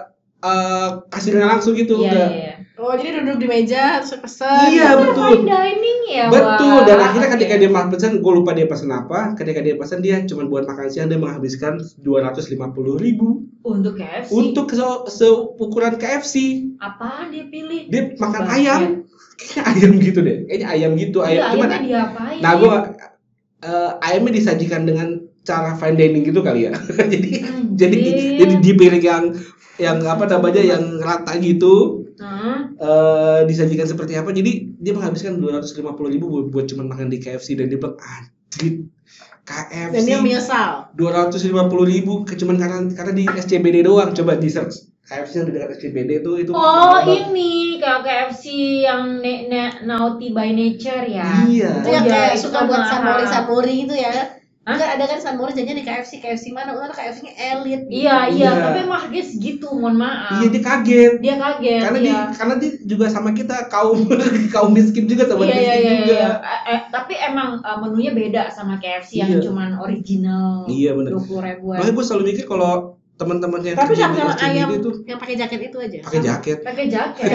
eh, kasirnya langsung gitu, Iya, enggak. iya. Oh, jadi duduk di meja terus pesen. Iya, Itu betul. fine dining ya. Betul, Wak. dan akhirnya ketika Oke. dia mau pesan, gue lupa dia pesan apa. Ketika dia pesan, dia cuma buat makan siang dia menghabiskan dua ratus lima puluh ribu Untuk K F C. untuk se- seukuran K F C. Apaan dia pilih? Dia makan Basket. ayam, kayaknya ayam gitu deh, kayaknya ayam gitu, Iya, ayam. Cuman, ayamnya diapain? nah gue eh, ayamnya disajikan dengan cara fine dining gitu kali ya. jadi Anjir. jadi jadi di piring yang yang apa namanya yang rata gitu. Hah? eh disajikan seperti apa, jadi dia menghabiskan dua ratus lima puluh ribu buat, buat cuma makan di K F C, dan dia bilang anjir K F C Dan dia menyesal. dua ratus lima puluh ribu ke cuman karena karena di S C B D doang. Coba di search K F C yang di dekat S C B D itu itu Oh mahal banget. ini kayak K F C yang ne- ne- naughty by nature ya. Iya. Itu Oh, yang iya, kayak itu suka kan buat mahal. samori-samori itu ya. Hah? Enggak ada kan samori jajan di K F C, K F C mana? Udah K F C-nya elit. gitu. Iya, iya, Iya. tapi emang harganya segitu, mohon maaf. Iya, dia kaget Dia kaget. karena iya. dia karena dia juga sama kita kaum kaum miskin juga, teman Iya, miskin iya, iya, juga. iya. Eh, eh, tapi emang eh, menunya beda sama K F C yang Iya. cuman original. Iya, bener. dua puluh ribuan. Makanya gue selalu mikir kalau teman-teman yang Tapi kerja di sama S C B D ayam itu yang pakai jaket itu aja. pakai jaket, Pakai jaket.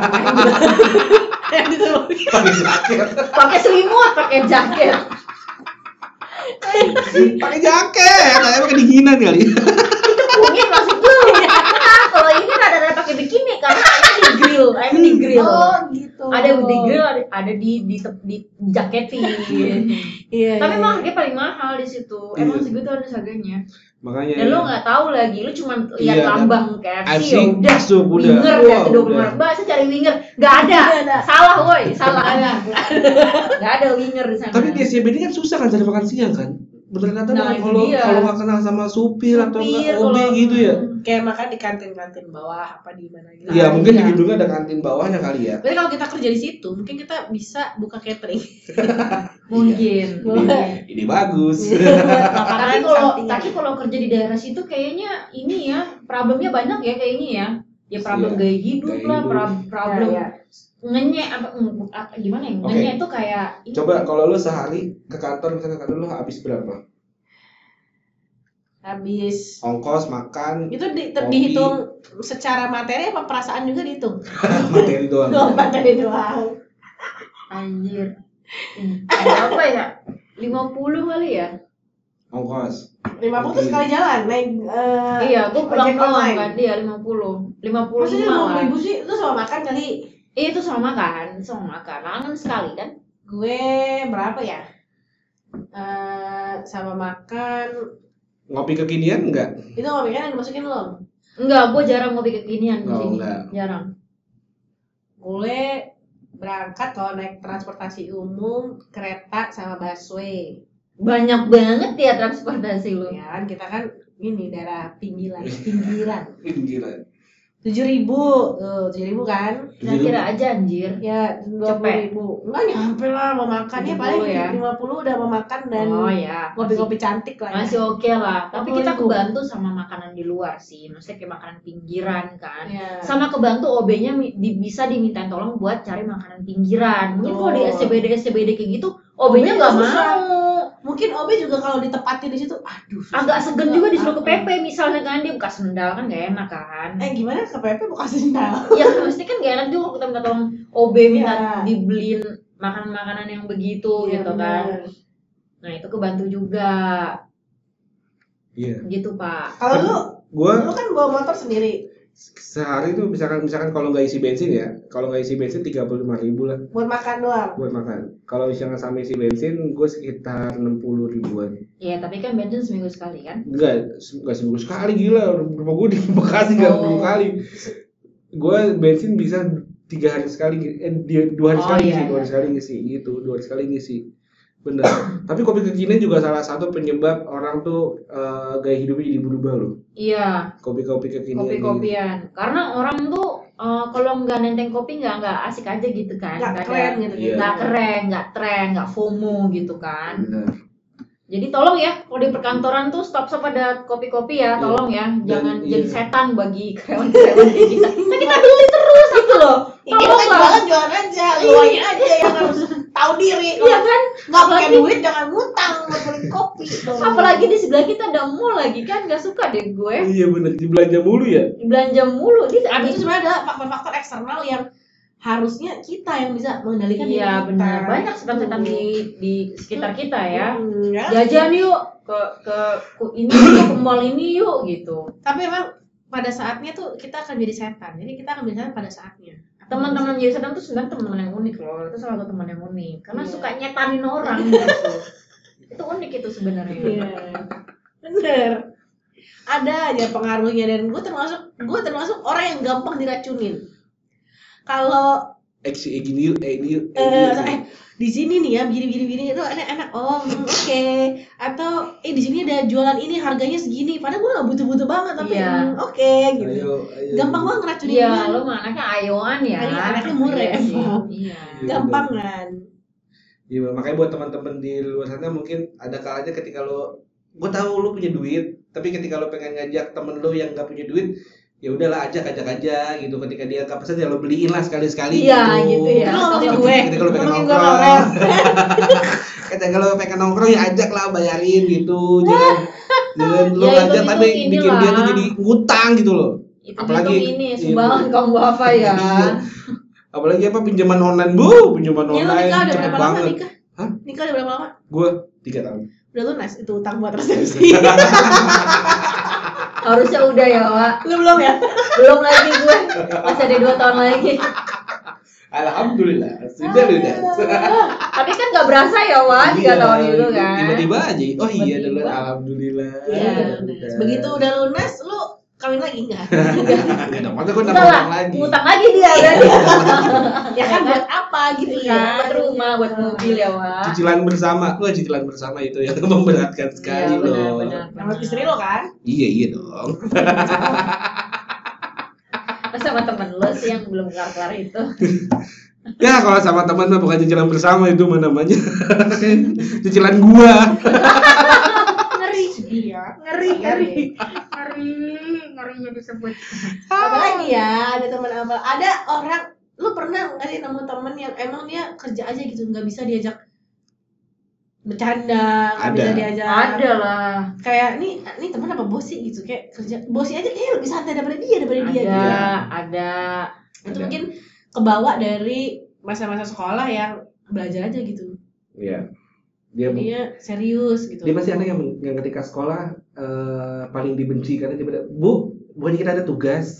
Yang itu. pakai jaket, Pakai selimut, pakai jaket. pakai jaket, kayak kedinginan kali. Kunyit maksud lu. Nah, kalau ini rada-rada pakai bikini karena ayamnya di grill, ayamnya di grill. Oh, gitu. Ada di grill, ada, ada di di tep- di jaketin. Iya. Tapi iya. emang harganya paling mahal di situ. Emang Iya. segitu harus harganya. Makanya Dan lo nggak tahu lagi, lo cuma lihat Iya, dan lambang K F K F C, C ya udah. masuk udah. Winger Wah, ya tuh dua puluh udah. Mbak, saya cari winger, nggak ada. Nggak ada. Salah woi, salah ada. Nggak ada winger di sana. Tapi di S C B D kan susah kan cari makan siang kan? Bener kata Nah, bang, itu kalau dia. kalau nggak kenal sama supir, atau Supir, nggak O B kalau- gitu ya? Kayak makan di kantin-kantin bawah apa di mana gitu. Iya, Nah, mungkin iya. di gedungnya ada kantin bawahnya kali ya. Berarti kalau kita kerja di situ, mungkin kita bisa buka catering. Mungkin. Ini, mungkin. ini bagus. Tapi kalau sampingan. tapi kalau kerja di daerah situ kayaknya ini ya problemnya banyak ya kayaknya ya. Ya problem Iya, gaya hidup gaya lah, hidup. pra- problem Ya, ya. ngenyek apa, mm, apa gimana ya? Oke. Ngenyek itu kayak ini. Coba kalau lu sehari ke kantor, misalnya ke kantor lu habis berapa? Habis Ongkos, makan, itu di, ter- Kopi. dihitung secara materi apa perasaan juga dihitung? materi doang. Oh, materi doang. Anjir. Hmm, berapa ya? lima puluh kali ya? Ongkos. lima puluh tuh sekali jalan naik eh, Iya, gua pulang ojek doang online. kan dia lima puluh. lima puluh Maksudnya lima lima lah. ribu sih itu sama makan kali. Eh, itu sama makan, sama makan. Kangen sekali kan? Gue berapa ya? Eh sama makan Ngopi kekinian enggak? itu ngopi kan yang dimasukin lo. Enggak, gua jarang ngopi kekinian di Oh, sini. enggak. Jarang. Gue berangkat kalau naik transportasi umum kereta sama busway. Banyak banget ya transportasi lu. Ya kan kita kan ini daerah pinggiran, pinggiran. Pinggiran. Tujuh ribu, tuh tujuh ribu kan? Nah, kira aja anjir. Ya dua puluh ribu. Enggak nyampe lah mau makan ya tujuh paling puluh ya. lima puluh udah mau makan dan Oh ya, ngopi-ngopi cantik lah. ya. masih oke lah. Tapi kita dua puluh ribu. kebantu sama makanan di luar sih. Maksudnya kayak makanan pinggiran kan. Ya. Sama kebantu O B-nya mi- di- bisa dimintain tolong buat cari makanan pinggiran. Mungkin kalau di S C B D S C B D kayak gitu, O B-nya O B-nya nggak susah. mau. Mungkin O B juga kalau ditepatin di situ, aduh. susah Agak segen juga disuruh ke P Apa? P misalnya kan dia buka sendal kan gak enak kan. Eh gimana ke P P buka sendal? Ya pasti kan gak enak juga kalau kita minta tolong O B minta Iya. dibeliin makanan-makanan yang begitu Iya, gitu kan. bener. Nah itu kebantu juga. Iya. Gitu Pak. Kalau lu, Gua lu kan bawa motor sendiri sehari tuh misalkan misalkan kalau nggak isi bensin ya, kalau nggak isi bensin tiga puluh lima ribu lah buat makan doang. buat makan. Kalau misalkan sama isi bensin, gue sekitar enam puluh ribuan. Iya tapi kan bensin seminggu sekali kan. Enggak, nggak seminggu sekali, gila. Rumah gue di Bekasi nggak Oh. seminggu kali. Gue bensin bisa tiga hari sekali, eh dia- dua hari Oh, sekali iya, ngisi, dua hari iya. sekali ngisi gitu, dua hari sekali ngisi. Bener. Tapi kopi kekinian juga salah satu penyebab orang tuh eh, gaya hidupnya jadi berubah loh. Iya. Kopi-kopi kekinian. gitu. Kopi-kopian. Karena orang tuh eh, kalau nggak nenteng kopi nggak nggak asik aja gitu kan. Nggak Nggak ada- keren gitu. Iya. nggak keren, nggak tren, nggak FOMO gitu kan. Bener. Jadi tolong ya kalau di perkantoran tuh stop-stop ada kopi-kopi ya, Iya. tolong ya, Dan jangan iya. jadi setan bagi karyawan-karyawan kayak kita. Nah, kita beli terus gitu loh. Ya, kita kan Tolong lah. jualan jualan aja, lu aja yang harus tahu diri. Iya kan? Nggak punya Apalagi- duit jangan ngutang buat beli kopi dong. Apalagi di sebelah kita ada mall lagi kan, nggak suka deh gue. Iya bener, dibelanja mulu ya. Belanja mulu di Tapi itu sebenarnya adalah faktor-faktor eksternal yang harusnya kita yang bisa mengendalikan diri Iya kita. benar, banyak setan-setan di di sekitar kita ya. Hmm, ya. Jajan yuk ke ke, ke ini yuk, ke mall ini yuk gitu. Tapi emang pada saatnya tuh kita akan jadi setan. Jadi kita akan jadi setan pada saatnya. Teman-teman jadi setan tuh sebenarnya teman yang unik loh. Itu salah satu teman yang unik karena Iya. suka nyetanin orang gitu. Itu unik itu sebenarnya. Iya. Bener. Ada aja pengaruhnya dan gue termasuk gue termasuk orang yang gampang diracunin. Kalau Eh si eh, gini yuk, eh ini yuk, eh, eh, ini yuk. eh di sini nih ya begini begini begini itu enak-enak oh hmm, oke atau eh di sini ada jualan ini harganya segini padahal gue nggak butuh-butuh banget tapi Iya. hmm, oke gitu. Ayo, ayo. Gampang banget ngeracunin Iya, dia. lo mah anaknya ayoan ya. Iya, anaknya murah. Iya sih. Iya. Gampang kan. Iya, makanya buat teman-teman di luar sana mungkin ada kalanya ketika lo, gue tahu lo punya duit, tapi ketika lo pengen ngajak temen lo yang nggak punya duit, ya udahlah ajak ajak aja gitu. Ketika dia nggak pesan ya lo beliin lah sekali sekali. Iya, gitu ya. Lu ngomongin Kalau- gue. Ketika lo pengen Ngomongin gue nongkrong, Laurel. ketika lo pengen nongkrong ya ajak lah, bayarin gitu. Jangan jangan lo Ya, ngajak itu- tapi itu bikin dia tuh inilah. jadi ngutang gitu loh. Itu Apalagi- dihitung ini iya. sumbangan kamu apa ya? Iya. Apalagi apa pinjaman online, bu, pinjaman Ya lu online nikah udah cepet berapa lama banget. nikah? Hah? Nikah udah berapa lama? Gue tiga tahun. Udah lunas itu utang buat resepsi. Harusnya udah ya, Wak. Lu belum ya? Belum lagi gue. Masih ada dua tahun lagi. Alhamdulillah, sudah lunas. Tapi kan gak berasa ya, Wak, tiga Iya, tahun itu kan. Tiba-tiba aja. Oh iya, Tiba-tiba. dulu alhamdulillah. Iya, udah lunas. Begitu udah lunas, lu kawin lagi enggak? Enggak dong, masa gue Udah nambah lah, utang lagi. ngutang lagi dia berarti. Ya kan buat apa gitu Iya, kan? buat rumah, buat mobil ya, Wak. Cicilan bersama, wah cicilan bersama itu yang memberatkan sekali Iya, benar, loh. benar, Nama benar. istri lo kan? Iya iya dong. Masa sama temen lo sih yang belum kelar-kelar itu. Ya kalau sama teman mah bukan cicilan bersama itu mah namanya. Cicilan gua. Ngeri. Iya. Ngeri, Iya, ngeri. deh. Ngeri, ngerinya disebut. Apalagi ya, ada teman apa? Ada orang, lu pernah nggak sih nemu temen yang emang dia kerja aja gitu, nggak bisa diajak bercanda, nggak Ada. bisa diajak. Ada lah. Kayak nih, nih teman apa bosi gitu, kayak kerja bosi aja kayak lebih santai daripada dia daripada dia. Ada, Gitu. Iya. ada. Itu Ada. mungkin kebawa dari masa-masa sekolah yang belajar aja gitu. Iya. Dia Dia serius gitu. dia masih anak yang, yang ketika sekolah eh, paling dibenci karena dia bilang, Bu, bukan kita ada tugas.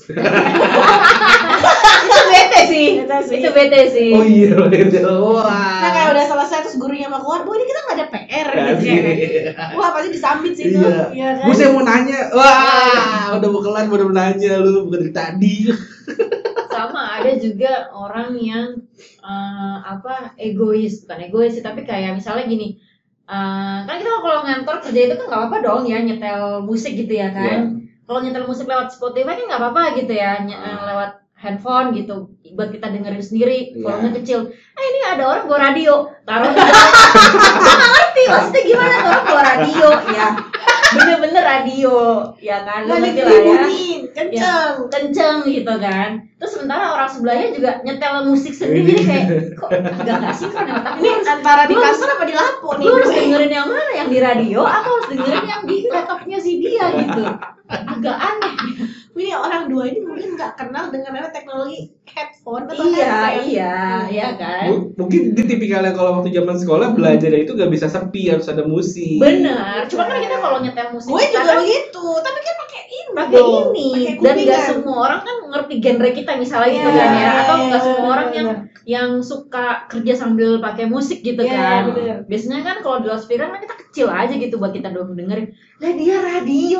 Itu bete sih. Bete sih. Itu bete sih. Oh iya, itu. Nah kayak Wah. udah selesai terus gurunya mau keluar, bu ini kita nggak ada P R gitu Kasih. ya. Wah pasti disambit sih itu. Iya. Iya kan? Bu saya mau nanya. Wah, udah mau kelar baru nanya lu bukan dari tadi. Sama ada juga orang yang eh, apa egois, bukan egois sih, tapi kayak misalnya gini. eh, kan kita kalau ngantor kerja itu kan nggak apa-apa dong ya nyetel musik gitu ya kan. Kalau nyetel musik lewat Spotify kan nggak apa-apa gitu ya, ny- eh, lewat handphone gitu buat kita dengerin sendiri, Iya. volumenya kecil. Eh ini ada orang bawa radio, taruh di dalam. Gue nggak ngerti maksudnya gimana tuh orang bawa radio ya, bener-bener radio ya kan, lu Nggak ngerti lah ya, dibunyiin, kenceng. kenceng gitu kan. Terus sementara orang sebelahnya juga nyetel musik sendiri, jadi kayak kok agak nggak sinkron ya, tapi Ini harus antara di gua harus- kasur apa di lampu nih? gue harus dengerin yang mana, yang di radio atau harus dengerin yang di laptopnya si dia gitu, agak aneh. Ini ini orang dua ini mungkin nggak kenal dengan namanya teknologi headphone atau Iya, headset. iya, iya kan. M- mungkin di tipikalnya kalau waktu zaman sekolah belajar itu gak bisa sepi, harus ada musik. Bener. Cuma kan kita kalau nyetel musik Gue juga sekarang begitu, tapi kan pakai ini pakai dong, ini pakai dan nggak kupingan. semua orang kan ngerti genre kita misalnya gitu Iya, kan ya, atau iya, nggak semua bener, orang yang bener. yang suka kerja sambil pakai musik gitu Iya, kan. bener. Biasanya kan kalau di loudspeaker kan kita kecil aja gitu buat kita doang dengerin. Lah dia radio,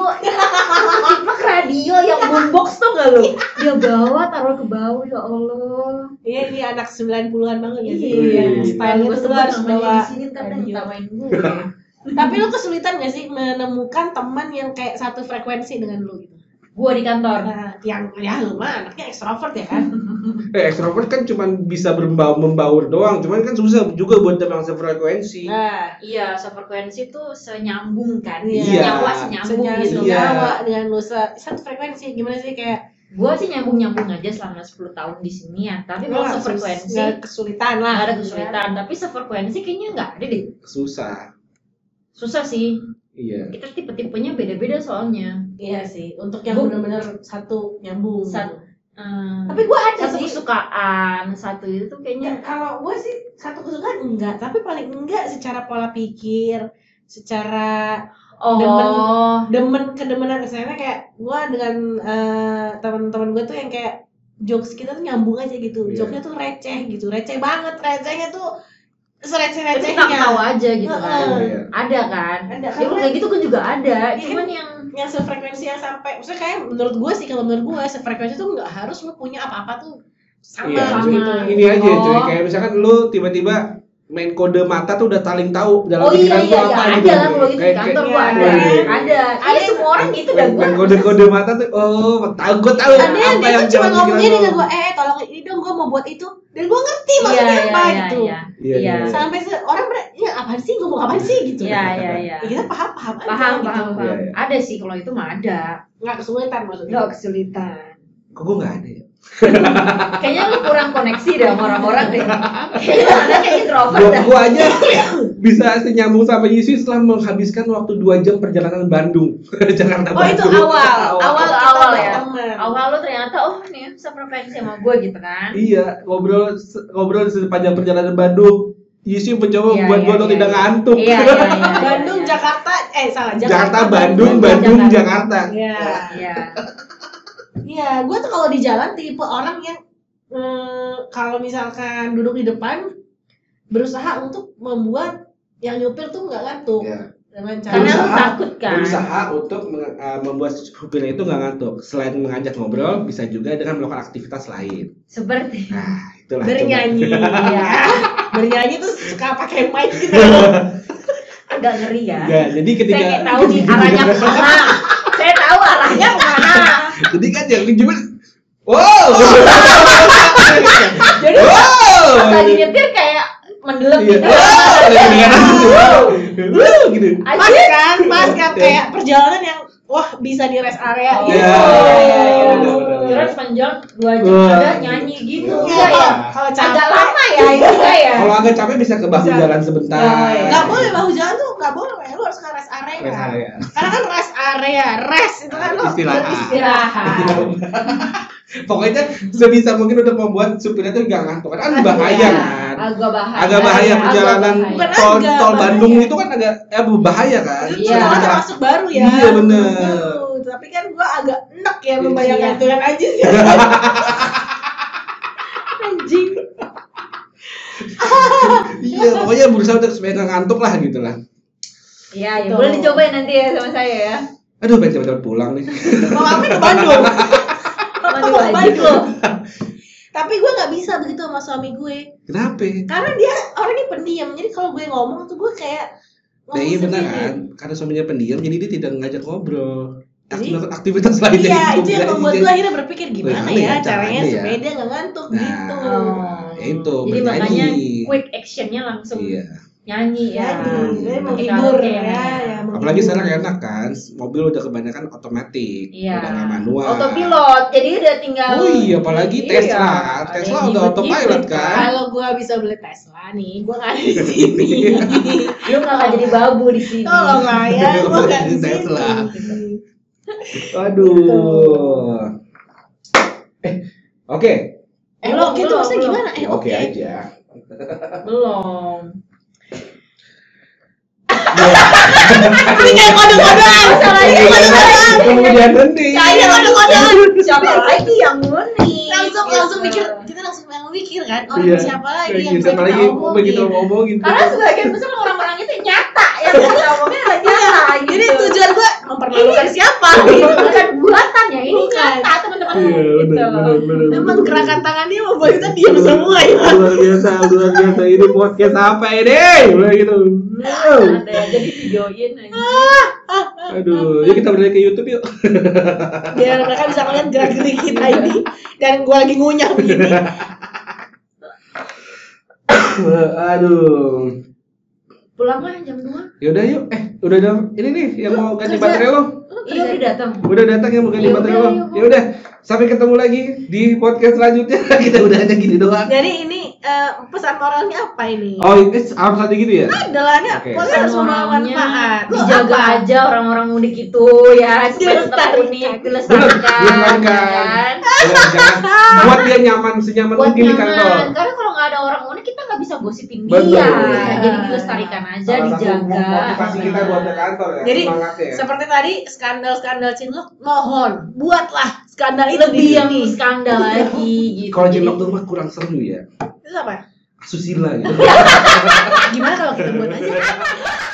tiplak radio yang boombox tuh gak lu? Dia bawa taruh ke bawah, ya Allah. Iya, ini anak sembilan puluhan banget ya sih. Iya, Style gue gue sebut harus namanya bawa di sini ntar dia radio. ngetawain gue. Tapi lu kesulitan gak sih menemukan teman yang kayak satu frekuensi dengan lu gitu? Gue di kantor. Nah, yang ya lu mah anaknya ekstrovert ya kan? Eh, ekstrovert kan cuma bisa bermbaur membaur doang, cuman kan susah juga buat yang sefrekuensi. Nah, Iya, sefrekuensi tuh senyambung kan. Iya. Senyawa senyambung senya- gitu. Iya. senyawa dengan lu se- satu frekuensi. Gimana sih kayak Gue sih nyambung-nyambung aja selama sepuluh tahun di sini ya. Tapi kalau nggak sefrekuensi sus- nggak kesulitan lah. nggak ada kesulitan. Tapi sefrekuensi kayaknya nggak ada deh. Susah. Susah sih. Iya. Kita tipe-tipenya beda-beda soalnya. Iya sih, untuk yang Gua- benar-benar satu nyambung. Sat- gitu. Hmm, Tapi gue ada satu sih. kesukaan, satu itu tuh Ya, kayaknya kalau gue sih satu kesukaan enggak, tapi paling enggak secara pola pikir, secara oh demen- demen kedemenan misalnya kayak gue dengan eh, teman-teman gue tuh yang kayak jokes kita tuh nyambung aja gitu, Iya. jokesnya tuh receh gitu, receh banget, recehnya tuh tapi sereceh-recehnya. kita tahu aja gitu kan. Heeh. Iya. Ada kan? Ada, Ya karena- kayak gitu kan juga ada. Iya, Cuman yang Yang sefrekuensi yang sampai, maksudnya kayak menurut gue sih, kalau menurut gue sefrekuensi tuh nggak harus lu punya apa-apa tuh sama Iya, sama. gitu. Ini aja Oh. cuy, kayak misalkan lu tiba-tiba main kode mata tuh udah saling tahu dalam oh iya pikiran iya lu iya apa ada gitu. lah kalau gitu di Kayak- kantor kayak- gua ada. Iya, iya. Ada. Ada Iya semua orang gitu dah main, gua. main kode-kode mata tuh, oh tahu gue tahu Ada yang apa dia yang tuh cuma dalam ngomong pikiran gini lu. ke gue, eh tolong ini dong, gue mau buat itu, dan gue ngerti Iya maksudnya iya apa iya gitu. iya. Iya, Iya. iya. Sampai se orang ber, ya apaan sih, ngomong apaan sih gitu. Iya iya iya. Ya, kita paham-paham aja Paham gitu. paham Iya, paham. iya. Ada sih kalau itu mah ada. Nggak kesulitan maksudnya. Nggak kesulitan. Kok gue nggak ada ya? Kayaknya lu kurang koneksi deh sama orang-orang deh. Kayaknya lu anaknya introvert Gua, dah. gua aja bisa senyambung sama Yusuf setelah menghabiskan waktu dua jam perjalanan Bandung Jakarta Oh itu Bandung. awal, awal Itu kita awal ya. berteman. Awal lu ternyata oh nih sefrekuensi sama gue gitu kan. Iya, ngobrol ngobrol sepanjang perjalanan Bandung. Yusuf mencoba Iya, buat iya, gua untuk iya, tidak iya. ngantuk. Iya iya iya. Bandung, iya. Jakarta, eh salah Jakarta, Bandung, Bandung, Bandung, Jakarta. Jakarta. Iya, Iya. iya. Gue tuh kalau di jalan tipe orang yang eh, kalau misalkan duduk di depan berusaha untuk membuat yang nyupir tuh nggak ngantuk Iya. dengan cara. Karena lu Berusaha- takut kan. Berusaha untuk meng- uh, membuat supirnya itu nggak ngantuk. Selain mengajak ngobrol, bisa juga dengan melakukan aktivitas lain. Seperti Nah, itulah. Bernyanyi, Iya. bernyanyi tuh suka pakai mic gitu. agak ngeri ya. Ya, jadi ketika Saya kayak tahu nih arahnya kemana. Saya tahu arahnya kemana. jadi kan yang gimana? Wow. Jadi wow. pas lagi nyetir kayak mendelep Iya. gitu. Wow. Lagi dengeran gitu. Wow. Wow, gitu. Pas Aja. kan, pas kan kayak perjalanan yang wah bisa di rest area. Oh, Iya, iya, iya, iya, iya. benar-benar. Kira sepanjang dua jam Wah. udah nyanyi gitu. Iya. Enggak ya? Kalau Agak capek, lama ya itu enggak ya? Kalau agak capek bisa ke bahu Bisa. jalan sebentar. Oh, iya. nggak boleh bahu jalan tuh nggak boleh, lu harus ke rest area. Rest area. Karena kan rest area, rest itu kan lu Istirahat. beristirahat. Pokoknya sebisa mungkin untuk membuat supirnya itu nggak ngantuk. Kan bahaya Iya. kan. Agak bahaya. Agak bahaya Agak perjalanan bahaya. Bukan tol agak, tol bahaya. Bandung itu kan agak eh bahaya kan. Itu Iya. soalnya termasuk baru ya. Iya, bener. Baru. Tapi kan gua agak enak ya Iya. membayangkan itu kan aja sih. Anjing. Iya, pokoknya berusaha untuk supaya nggak ngantuk lah gitu lah. Iya, ya Tuh. boleh dicobain nanti ya sama saya ya. Aduh, pengen cepet-cepet pulang nih. Mau ngapain ke Bandung? Mandi Mau ke wajib Bandung. loh. Tapi gue nggak bisa begitu sama suami gue. Kenapa? Karena dia orangnya pendiam. Jadi kalau gue ngomong tuh gue kayak Nah, ngomong iya benar sendiri. kan? Karena suaminya pendiam, jadi dia tidak ngajak ngobrol. Jadi- Aktivitas, aktivitas lainnya Iya, itu yang juga. membuat Jadi- gue akhirnya berpikir gimana Gimana ya ya caranya caranya ya? supaya dia nggak ngantuk Nah, gitu. Oh. ya itu Jadi makanya bernyanyi. quick actionnya langsung Iya. nyanyi ya. Nyanyi, jadi Pakai menghibur karaoke ya, namanya. ya, menghibur. Apalagi sekarang enak kan, mobil udah kebanyakan otomatis, Iya. udah nggak manual. Autopilot, jadi udah tinggal. Oh iya, apalagi Iya, Tesla. ada Tesla yang udah hibrid-hibrid autopilot kan. Kalau gue bisa beli Tesla nih, gue nggak ada di sini. Lu nggak akan jadi babu di sini. Tolong lah ya, gue nggak di Tesla. sini. Waduh. Oke. Eh, Belum, oke tuh belum, maksudnya belum. gimana? Eh, Oke oke. aja. Belum. Ini kayak kode-kodean. Kemudian berhenti. Kayak kode-kodean. Siapa lagi yang unik? Langsung Gitu. langsung mikir, kita langsung yang mikir kan. Oh, Iya. siapa lagi Kayak yang gitu, bisa siapa kita lagi mau begitu omongin? ngomongin. Karena sebagian besar orang-orang itu nyata yang kita omongin adalah nyata gitu. Jadi tujuan gue mempermalukan siapa? Ini bukan buatan ya, ini Bukan. nyata teman-teman. Iya, Gitu benar, loh. benar, benar. Memang gerakan tangannya membuat kita diam semua ya. Luar biasa, luar biasa. Ini podcast apa ini? Udah gitu. Wow. Ada jadi videoin aja. Aduh, yuk kita beralih ke YouTube yuk. Biar mereka bisa ngeliat gerak-gerik kita ini. Dan gue lagi ngunyah begini. Aduh. Pulang lah jam dua. Yaudah yuk. Eh, udah ada ini nih yang mau ganti kerja. baterai lo. Iya, udah datang. Udah datang yang mau ganti Ya baterai udah, lo. yuk. Ya udah, sampai ketemu lagi di podcast selanjutnya. Kita udah aja gini doang. Jadi ini eh, pesan moralnya apa ini? Oh, ini harus ada gitu ya? Adalah ini Oke. podcast harus membawa Orangnya manfaat. Lu dijaga apa? aja orang-orang unik itu ya supaya tetap Dilestarikan. unik, Bener, dilestarikan, dilestarikan. ya kan? Udah, jangan buat dia nyaman senyaman Buat mungkin di nyaman, kantor. karena kalau nggak ada orang unik kita nggak bisa gosipin Betul. dia, jadi dilestarikan aja, Salah satu dijaga. motivasi kita buat ke kantor ya. Jadi semangatnya. seperti tadi skandal-skandal cinlok, mohon buatlah skandal itu Lebih di yang sini. skandal lagi gitu. Kalau Jadi- cinlok tuh mah kurang seru ya. Itu apa? Asusila gitu. Gimana kalau kita buat aja?